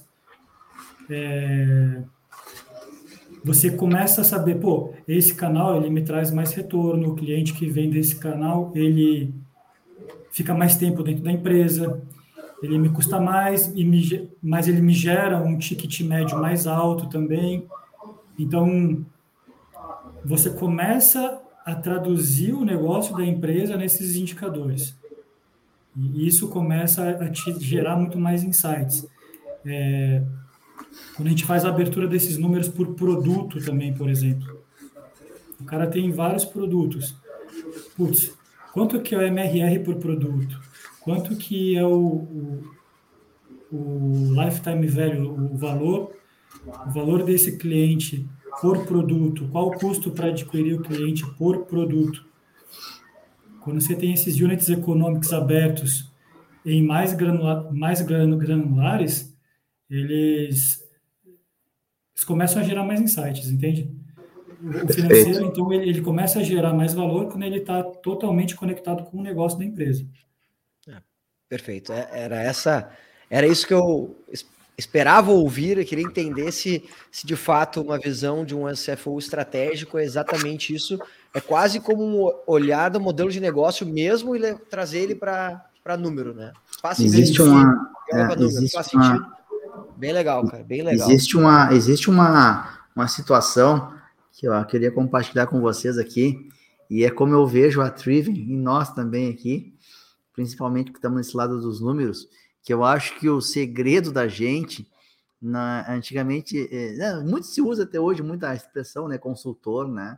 é, você começa a saber, pô, esse canal ele me traz mais retorno, o cliente que vem desse canal, ele fica mais tempo dentro da empresa, ele me custa mais, e me, mas ele me gera um ticket médio mais alto também. Então, você começa a traduzir o negócio da empresa nesses indicadores. E isso começa a te gerar muito mais insights. É, quando a gente faz a abertura desses números por produto também, por exemplo. O cara tem vários produtos. Putz, quanto que é o M R R por produto? Quanto que é o, o, o lifetime value, o valor, o valor desse cliente por produto? Qual o custo para adquirir o cliente por produto? Quando você tem esses units economics abertos em mais, granula, mais granulares, eles, eles começam a gerar mais insights, entende? O financeiro, então, ele, ele começa a gerar mais valor quando ele está totalmente conectado com o negócio da empresa. É, perfeito. É, era essa, era isso que eu esperava ouvir, eu queria entender se, se de fato uma visão de um C F O estratégico é exatamente isso. É quase como um olhar do modelo de negócio mesmo e trazer ele para número, né? Faz existe uma, é, número, existe faz uma, sentido. Bem legal, cara, bem legal. Existe uma, existe uma, uma situação que eu queria compartilhar com vocês aqui, e é como eu vejo a Trivium, e nós também aqui, principalmente que estamos nesse lado dos números, que eu acho que o segredo da gente, na, antigamente, é, muito se usa até hoje muita expressão, né, consultor, né,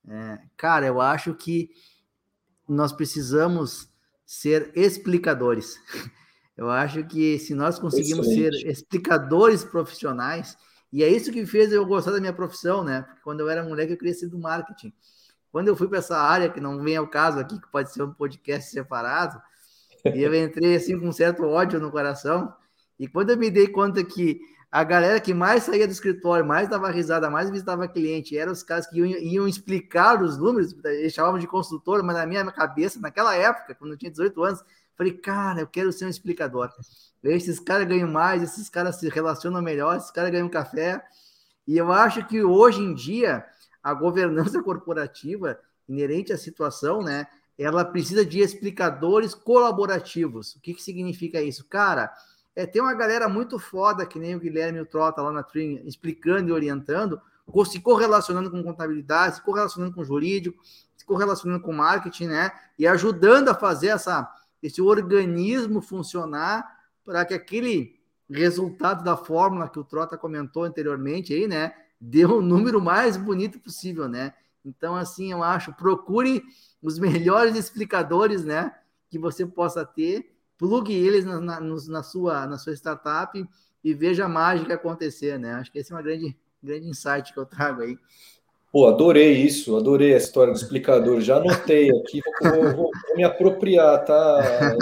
É, cara, eu acho que nós precisamos ser explicadores. Eu acho que se nós conseguimos Excelente. ser explicadores profissionais, e é isso que fez eu gostar da minha profissão, né? Porque quando eu era moleque, eu queria ser do marketing. Quando eu fui para essa área, que não vem ao caso aqui, que pode ser um podcast separado, e eu entrei assim com um certo ódio no coração, e quando eu me dei conta que a galera que mais saía do escritório, mais dava risada, mais visitava cliente, eram os caras que iam, iam explicar os números, eles chamavam de consultor, mas na minha cabeça, naquela época, quando eu tinha dezoito anos, falei, cara, eu quero ser um explicador. Esses caras ganham mais, esses caras se relacionam melhor, esses caras ganham café. E eu acho que hoje em dia, a governança corporativa, inerente à situação, né, ela precisa de explicadores colaborativos. O que, que significa isso? Cara, é, tem uma galera muito foda, que nem o Guilherme e o Trota lá na Trim, explicando e orientando, se correlacionando com contabilidade, se correlacionando com jurídico, se correlacionando com marketing, né? E ajudando a fazer essa, esse organismo funcionar para que aquele resultado da fórmula que o Trota comentou anteriormente aí, né? Dê o número mais bonito possível, né? Então, assim, eu acho, procure os melhores explicadores, né? Que você possa ter, plugue eles na, na, na, sua, na sua startup e veja a mágica acontecer, né? Acho que esse é uma grande, grande insight que eu trago aí. Pô, adorei isso, adorei a história do explicador. Já anotei aqui, vou, vou, vou me apropriar, tá?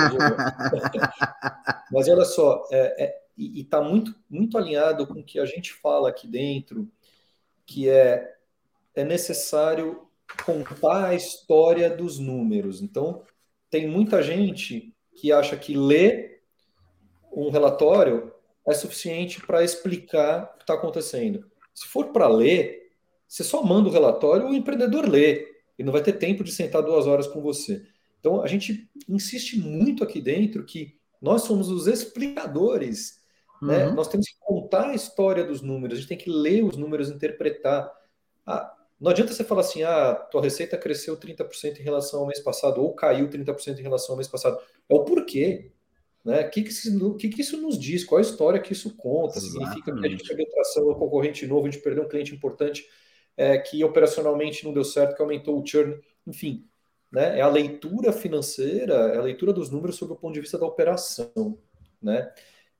Mas olha só, é, é, e está muito, muito alinhado com o que a gente fala aqui dentro, que é, é necessário contar a história dos números. Então, tem muita gente que acha que ler um relatório é suficiente para explicar o que está acontecendo. Se for para ler, você só manda o relatório, o empreendedor lê, e não vai ter tempo de sentar duas horas com você. Então, a gente insiste muito aqui dentro que nós somos os explicadores, uhum. né? Nós temos que contar a história dos números, a gente tem que ler os números, interpretar. Ah, não adianta você falar assim, ah, tua receita cresceu trinta por cento em relação ao mês passado, ou caiu trinta por cento em relação ao mês passado. É o porquê. Né? O que, que, isso, que, que isso nos diz? Qual a história que isso conta? Exatamente. Significa que a gente perdeu tração no concorrente novo, a gente perdeu um cliente importante é, que operacionalmente não deu certo, que aumentou o churn. Enfim, né? É a leitura financeira, é a leitura dos números sob o ponto de vista da operação. Né?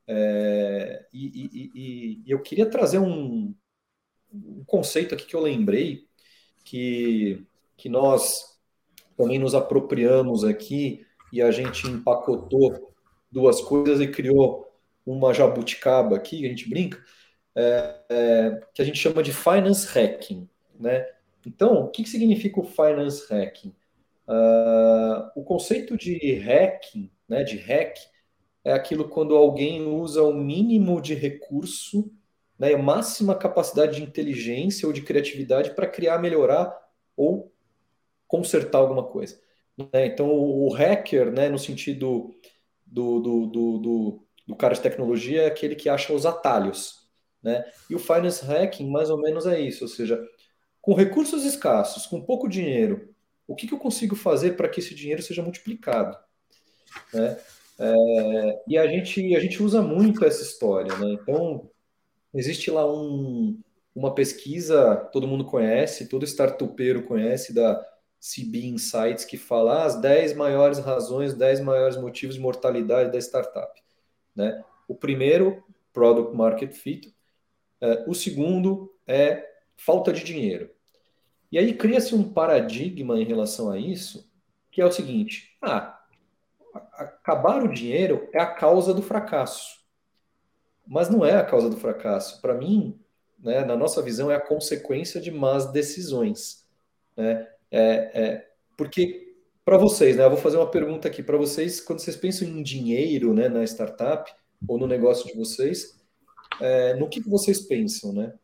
É, e, e, e, e eu queria trazer um, um conceito aqui que eu lembrei, que, que nós também nos apropriamos aqui e a gente empacotou duas coisas e criou uma jabuticaba aqui, a gente brinca, é, é, que a gente chama de finance hacking, né? Então, o que, que significa o finance hacking? Uh, o conceito de hacking, né, de hack, é aquilo quando alguém usa o mínimo de recurso, né, a máxima capacidade de inteligência ou de criatividade para criar, melhorar ou consertar alguma coisa. Né? Então, o hacker, né, no sentido do, do, do, do, do cara de tecnologia, é aquele que acha os atalhos. Né? E o finance hacking, mais ou menos, é isso. Ou seja, com recursos escassos, com pouco dinheiro, o que, que eu consigo fazer para que esse dinheiro seja multiplicado? Né? É, e a gente, a gente usa muito essa história. Né? Então, existe lá um, uma pesquisa, todo mundo conhece, todo startupeiro conhece, da C B Insights, que fala as dez maiores razões, dez maiores motivos de mortalidade da startup. Né? O primeiro, Product Market Fit. É, o segundo é falta de dinheiro. E aí cria-se um paradigma em relação a isso, que é o seguinte, ah, acabar o dinheiro é a causa do fracasso. Mas não é a causa do fracasso. Para mim, né, na nossa visão, é a consequência de más decisões. Né? É, é, porque, para vocês, né, eu vou fazer uma pergunta aqui para vocês, quando vocês pensam em dinheiro, né, na startup ou no negócio de vocês, é, no que, que vocês pensam? Né?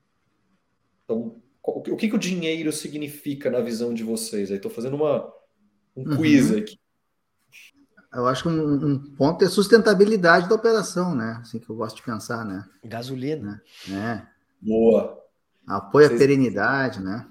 Então, o que, o que, que o dinheiro significa na visão de vocês? Estou fazendo uma, um uhum. quiz aqui. Eu acho que um, um ponto é sustentabilidade da operação, né? Assim que eu gosto de pensar, né? Gasolina. Né? Boa. Apoio à perenidade, né?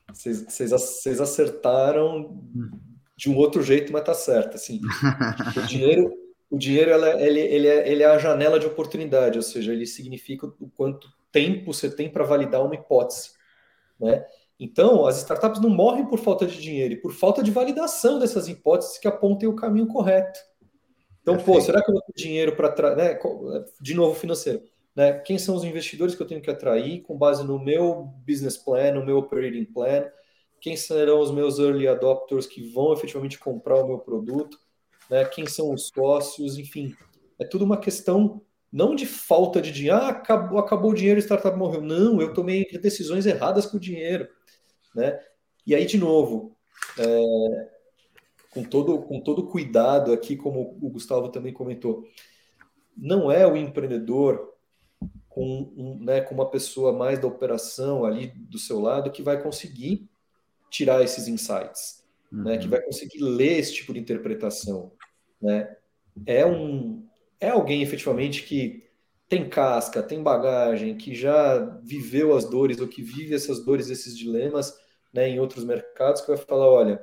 Vocês acertaram de um outro jeito, mas tá certo. Assim, o dinheiro, o dinheiro ela, ele, ele, é, ele é a janela de oportunidade, ou seja, ele significa o quanto tempo você tem para validar uma hipótese. Né? Então, as startups não morrem por falta de dinheiro e por falta de validação dessas hipóteses que apontem o caminho correto. Então, Perfeito. pô, será que eu vou ter dinheiro para atrair, né? De novo, financeiro, né? Quem são os investidores que eu tenho que atrair com base no meu business plan, no meu operating plan? Quem serão os meus early adopters que vão efetivamente comprar o meu produto? Né? Quem são os sócios? Enfim, é tudo uma questão não de falta de dinheiro. Ah, acabou, acabou o dinheiro, a startup morreu. Não, eu tomei decisões erradas com o dinheiro. Né? E aí, de novo, é, com todo com todo cuidado aqui, como o Gustavo também comentou, não é o empreendedor com, um, né, com uma pessoa mais da operação ali do seu lado que vai conseguir tirar esses insights, uhum. né, que vai conseguir ler esse tipo de interpretação. Né? É, um, é alguém efetivamente que tem casca, tem bagagem, que já viveu as dores ou que vive essas dores, esses dilemas, né, em outros mercados, que vai falar, olha,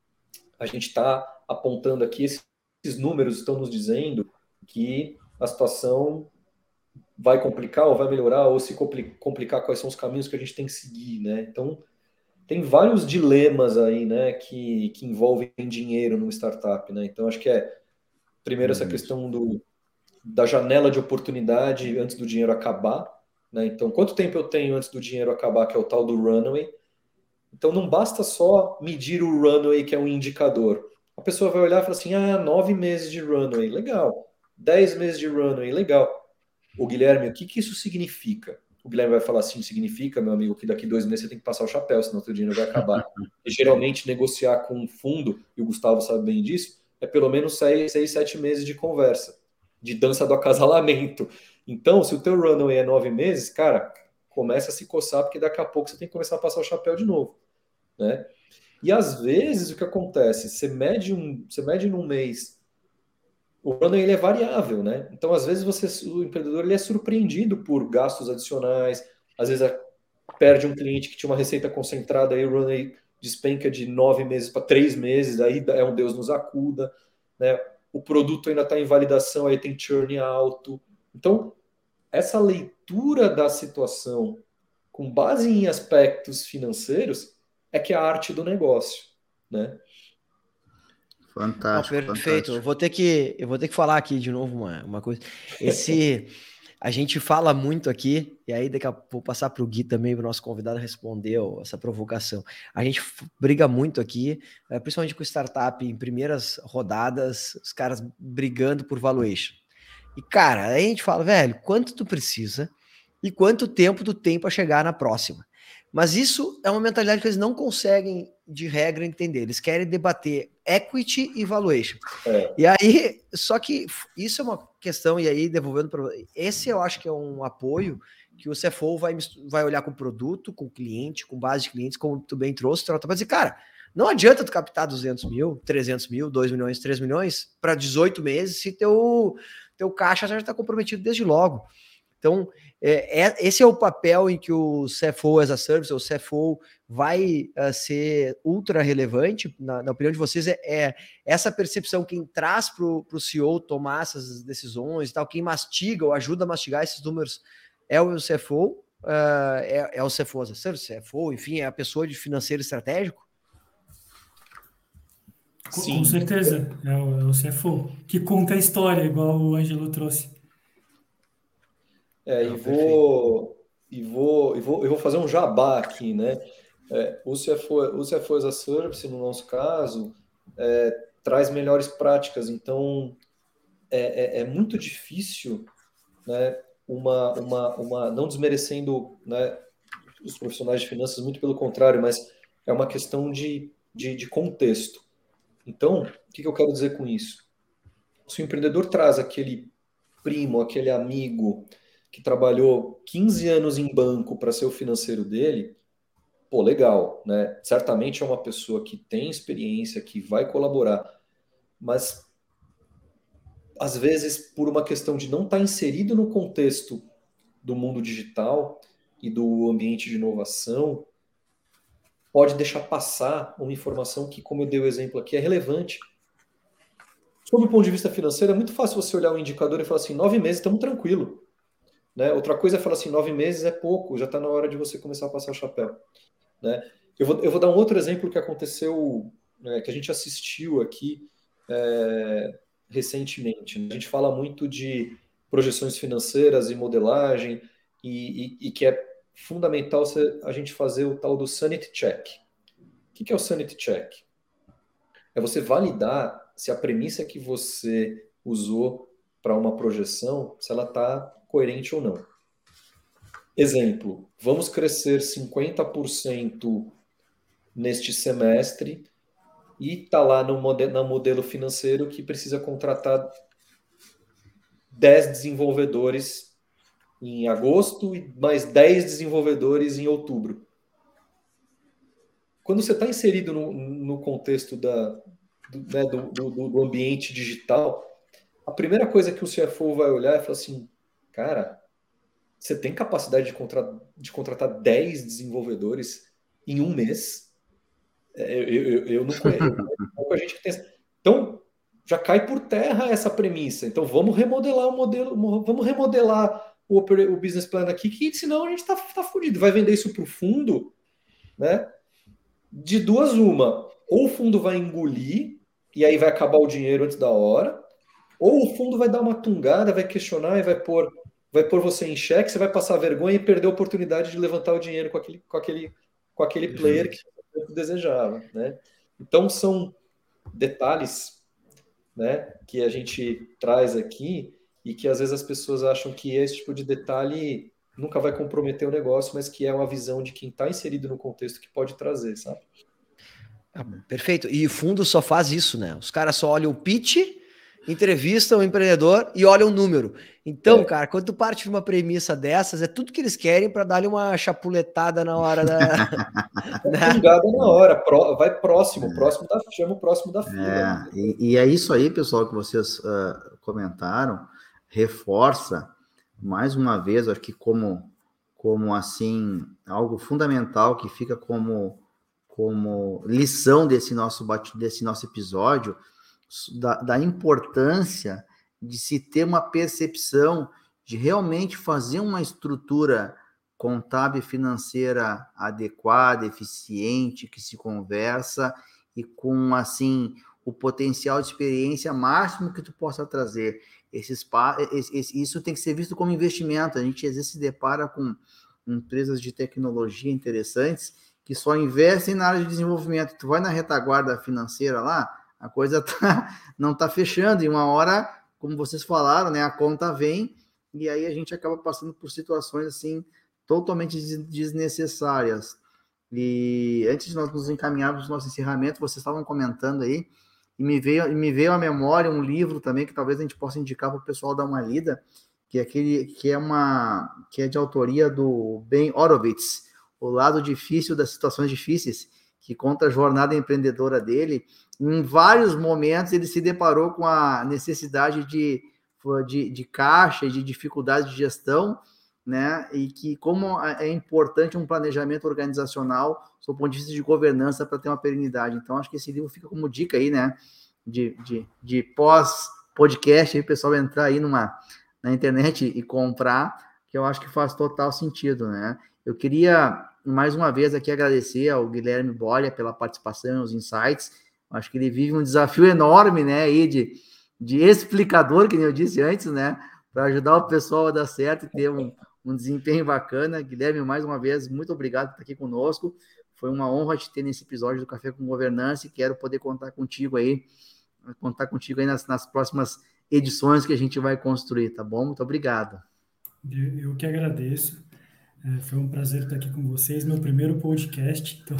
a gente está apontando aqui, esses, esses números estão nos dizendo que a situação vai complicar ou vai melhorar, ou se complicar, quais são os caminhos que a gente tem que seguir, né? Então, tem vários dilemas aí, né, que, que envolvem dinheiro numa startup, né? Então, acho que é, primeiro, essa questão do, da janela de oportunidade antes do dinheiro acabar, né? Então, quanto tempo eu tenho antes do dinheiro acabar, que é o tal do runway? Então, não basta só medir o runway, que é um indicador. A pessoa vai olhar e falar assim, ah, nove meses de runway, legal. Dez meses de runway, legal. O Guilherme, o que, que isso significa? O Guilherme vai falar assim, significa, meu amigo, que daqui dois meses você tem que passar o chapéu, senão o seu dinheiro vai acabar. E, geralmente, negociar com um fundo, e o Gustavo sabe bem disso, é pelo menos seis, seis, sete meses de conversa, de dança do acasalamento. Então, se o teu runway é nove meses, cara, começa a se coçar, porque daqui a pouco você tem que começar a passar o chapéu de novo. Né? E às vezes o que acontece? Você mede, um, você mede num mês, o runway ele é variável, né? Então às vezes você, o empreendedor ele é surpreendido por gastos adicionais, às vezes é, perde um cliente que tinha uma receita concentrada, aí o runway despenca de nove meses para três meses, aí é um Deus nos acuda, né? O produto ainda está em validação, aí tem churn alto. Então essa leitura da situação com base em aspectos financeiros é que é a arte do negócio, né? Fantástico. Não, perfeito. Fantástico. Eu vou ter que, eu vou ter que falar aqui de novo uma, uma coisa. Esse, a gente fala muito aqui, e aí daqui a pouco vou passar para o Gui também, para o nosso convidado responder essa provocação. A gente briga muito aqui, principalmente com startup em primeiras rodadas, os caras brigando por valuation. E, cara, aí a gente fala, velho, quanto tu precisa e quanto tempo tu tem para chegar na próxima? Mas isso é uma mentalidade que eles não conseguem, de regra, entender. Eles querem debater equity e valuation. É. E aí, só que isso é uma questão, e aí, devolvendo para... Esse eu acho que é um apoio que o C F O vai, vai olhar com o produto, com o cliente, com base de clientes, como tu bem trouxe, tu vai dizer, cara, não adianta tu captar duzentos mil, trezentos mil, dois milhões, três milhões para dezoito meses se teu, teu caixa já está comprometido desde logo. Então, é, é, esse é o papel em que o C F O as a Service, ou C F O, vai uh, ser ultra relevante, na, na opinião de vocês, é, é essa percepção, quem traz para o C E O tomar essas decisões e tal, quem mastiga ou ajuda a mastigar esses números é o C F O, uh, é, é o C F O as a Service, C F O, enfim, é a pessoa de financeiro estratégico? Sim. Com certeza, é o, é o C F O, que conta a história, igual o Ângelo trouxe. É, e vou, e vou, e vou, eu vou fazer um jabá aqui, né? É, o C F O, o C F O as a Service, no nosso caso, é, traz melhores práticas. Então, é, é, é muito difícil, né? Uma, uma, uma, não desmerecendo, né, os profissionais de finanças, muito pelo contrário, mas é uma questão de, de, de contexto. Então, o que, que eu quero dizer com isso? Se o empreendedor traz aquele primo, aquele amigo que trabalhou quinze anos em banco para ser o financeiro dele, pô, legal, né? Certamente é uma pessoa que tem experiência, que vai colaborar, mas às vezes por uma questão de não estar inserido no contexto do mundo digital e do ambiente de inovação, pode deixar passar uma informação que, como eu dei o exemplo aqui, é relevante. Sob o ponto de vista financeiro, é muito fácil você olhar um indicador e falar assim, nove meses, estamos tranquilo. Né? Outra coisa é falar assim, nove meses é pouco, já está na hora de você começar a passar o chapéu. Né? Eu vou, eu vou dar um outro exemplo que aconteceu, né, que a gente assistiu aqui é, recentemente. A gente fala muito de projeções financeiras e modelagem, e, e, e que é fundamental a gente fazer o tal do sanity check. O que é o sanity check? É você validar se a premissa que você usou para uma projeção, se ela está coerente ou não. Exemplo, vamos crescer cinquenta por cento neste semestre e está lá no modelo, no modelo financeiro que precisa contratar dez desenvolvedores em agosto e mais dez desenvolvedores em outubro. Quando você está inserido no, no contexto da, do, né, do, do, do ambiente digital, a primeira coisa que o C F O vai olhar é falar assim, cara, você tem capacidade de, contra, de contratar dez desenvolvedores em um mês? Eu, eu, eu não conheço. Pouca gente que tem. Então, já cai por terra essa premissa. Então, vamos remodelar o modelo, vamos remodelar o, o business plan aqui, que senão a gente está tá fudido. Vai vender isso para o fundo, né? De duas, uma. Ou o fundo vai engolir, e aí vai acabar o dinheiro antes da hora, ou o fundo vai dar uma tungada, vai questionar e vai pôr, vai pôr você em xeque, você vai passar vergonha e perder a oportunidade de levantar o dinheiro com aquele, com aquele, com aquele player que desejava, né? Então são detalhes, né, que a gente traz aqui e que às vezes as pessoas acham que esse tipo de detalhe nunca vai comprometer o negócio, mas que é uma visão de quem está inserido no contexto que pode trazer, sabe? Ah, perfeito. E o fundo só faz isso, né? Os caras só olham o pitch, entrevistam o empreendedor e olham o número. Então, é. cara, quando tu parte de uma premissa dessas, é tudo que eles querem para dar-lhe uma chapuletada na hora da... né? na hora, vai próximo, é. próximo da, chama o próximo da fila. É. Né? E, e é isso aí, pessoal, que vocês uh, comentaram, reforça, mais uma vez, acho que como, como assim, algo fundamental que fica como, como lição desse nosso, desse nosso episódio, Da, da importância de se ter uma percepção de realmente fazer uma estrutura contábil e financeira adequada, eficiente, que se conversa e com, assim, o potencial de experiência máximo que tu possa trazer. Esse, esse, isso tem que ser visto como investimento. A gente, às vezes, se depara com empresas de tecnologia interessantes que só investem na área de desenvolvimento. Tu vai na retaguarda financeira lá, a coisa tá, não está fechando, e uma hora, como vocês falaram, né, a conta vem, e aí a gente acaba passando por situações assim, totalmente desnecessárias. E antes de nós nos encaminharmos no nosso encerramento, vocês estavam comentando aí, e me veio, me veio à memória um livro também, que talvez a gente possa indicar para o pessoal dar uma lida, que é, aquele, que é, uma, que é de autoria do Ben Horowitz, O Lado Difícil das Situações Difíceis, que conta a jornada empreendedora dele. Em vários momentos ele se deparou com a necessidade de, de, de caixa e de dificuldade de gestão, né? E que como é importante um planejamento organizacional do ponto de vista de governança para ter uma perenidade. Então, acho que esse livro fica como dica aí, né? De, de, de pós-podcast, aí o pessoal entrar aí numa, na internet e comprar, que eu acho que faz total sentido, né? Eu queria, mais uma vez, aqui agradecer ao Guilherme Bolha pela participação, os insights. Acho que ele vive um desafio enorme, né, aí de, de explicador, que nem eu disse antes, né, para ajudar o pessoal a dar certo e ter um, um desempenho bacana. Guilherme, mais uma vez, muito obrigado por estar aqui conosco. Foi uma honra te ter nesse episódio do Café com Governança e quero poder contar contigo aí, contar contigo aí nas, nas próximas edições que a gente vai construir, tá bom? Muito obrigado. Eu, eu que agradeço. É, foi um prazer estar aqui com vocês, meu primeiro podcast, então...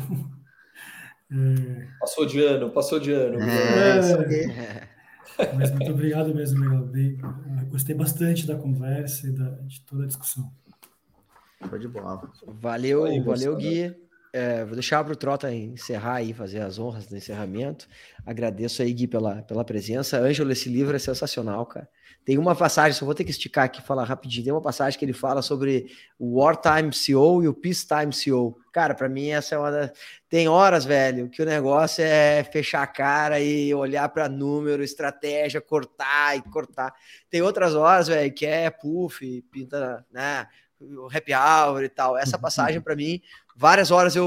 É... Passou de ano, passou de ano. É, é... Mas muito obrigado mesmo, Miguel. Bem, gostei bastante da conversa e da, de toda a discussão. Foi de bola. Valeu, Aí, valeu, Gui. É, vou deixar para o Trota encerrar aí, fazer as honras do encerramento. Agradeço aí, Gui, pela, pela presença. Ângelo, esse livro é sensacional, cara. Tem uma passagem, só vou ter que esticar aqui e falar rapidinho. Tem uma passagem que ele fala sobre o Wartime C O e o Peacetime C O. Cara, para mim essa é uma das... Tem horas, velho, que o negócio é fechar a cara e olhar para número, estratégia, cortar e cortar. Tem outras horas, velho, que é puff, pinta, né, o happy hour e tal. Essa passagem, para mim, várias horas eu,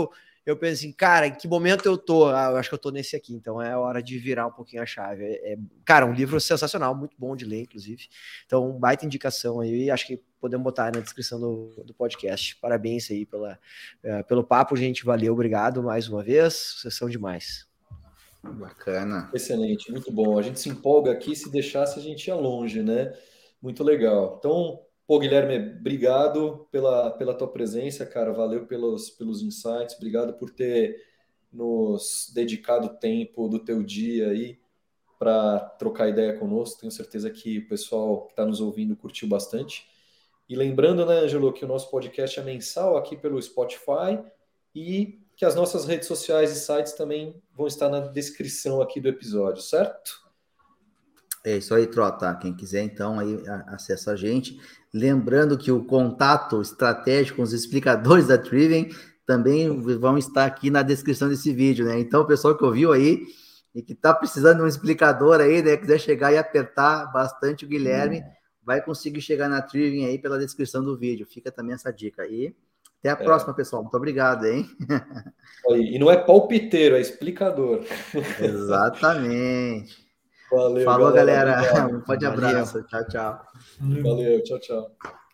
eu penso assim, cara, em que momento eu tô? Ah, eu acho que eu tô nesse aqui, então é hora de virar um pouquinho a chave. É, é, cara, um livro sensacional, muito bom de ler, inclusive. Então, baita indicação aí, acho que podemos botar na descrição do, do podcast. Parabéns aí pela, uh, pelo papo, gente, valeu, obrigado mais uma vez, vocês são demais. Bacana. Excelente, muito bom. A gente se empolga aqui, se deixasse a gente ia longe, né? Muito legal. Então, pô, Guilherme, obrigado pela, pela tua presença, cara. Valeu pelos, pelos insights. Obrigado por ter nos dedicado tempo do teu dia aí para trocar ideia conosco. Tenho certeza que o pessoal que está nos ouvindo curtiu bastante. E lembrando, né, Ângelo, que o nosso podcast é mensal aqui pelo Spotify e que as nossas redes sociais e sites também vão estar na descrição aqui do episódio, certo? É isso aí, Trota. Quem quiser, então, aí acessa a gente. Lembrando que o contato estratégico com os explicadores da Triven também vão estar aqui na descrição desse vídeo, né? Então, o pessoal que ouviu aí e que está precisando de um explicador aí, né? Quiser chegar e apertar bastante o Guilherme, hum. vai conseguir chegar na Triven aí pela descrição do vídeo. Fica também essa dica aí. Até a é. próxima, pessoal. Muito obrigado, hein? E não é palpiteiro, é explicador. Exatamente. Valeu, Falou, galera. galera. Um forte abraço. Tchau, tchau. Valeu, tchau, tchau.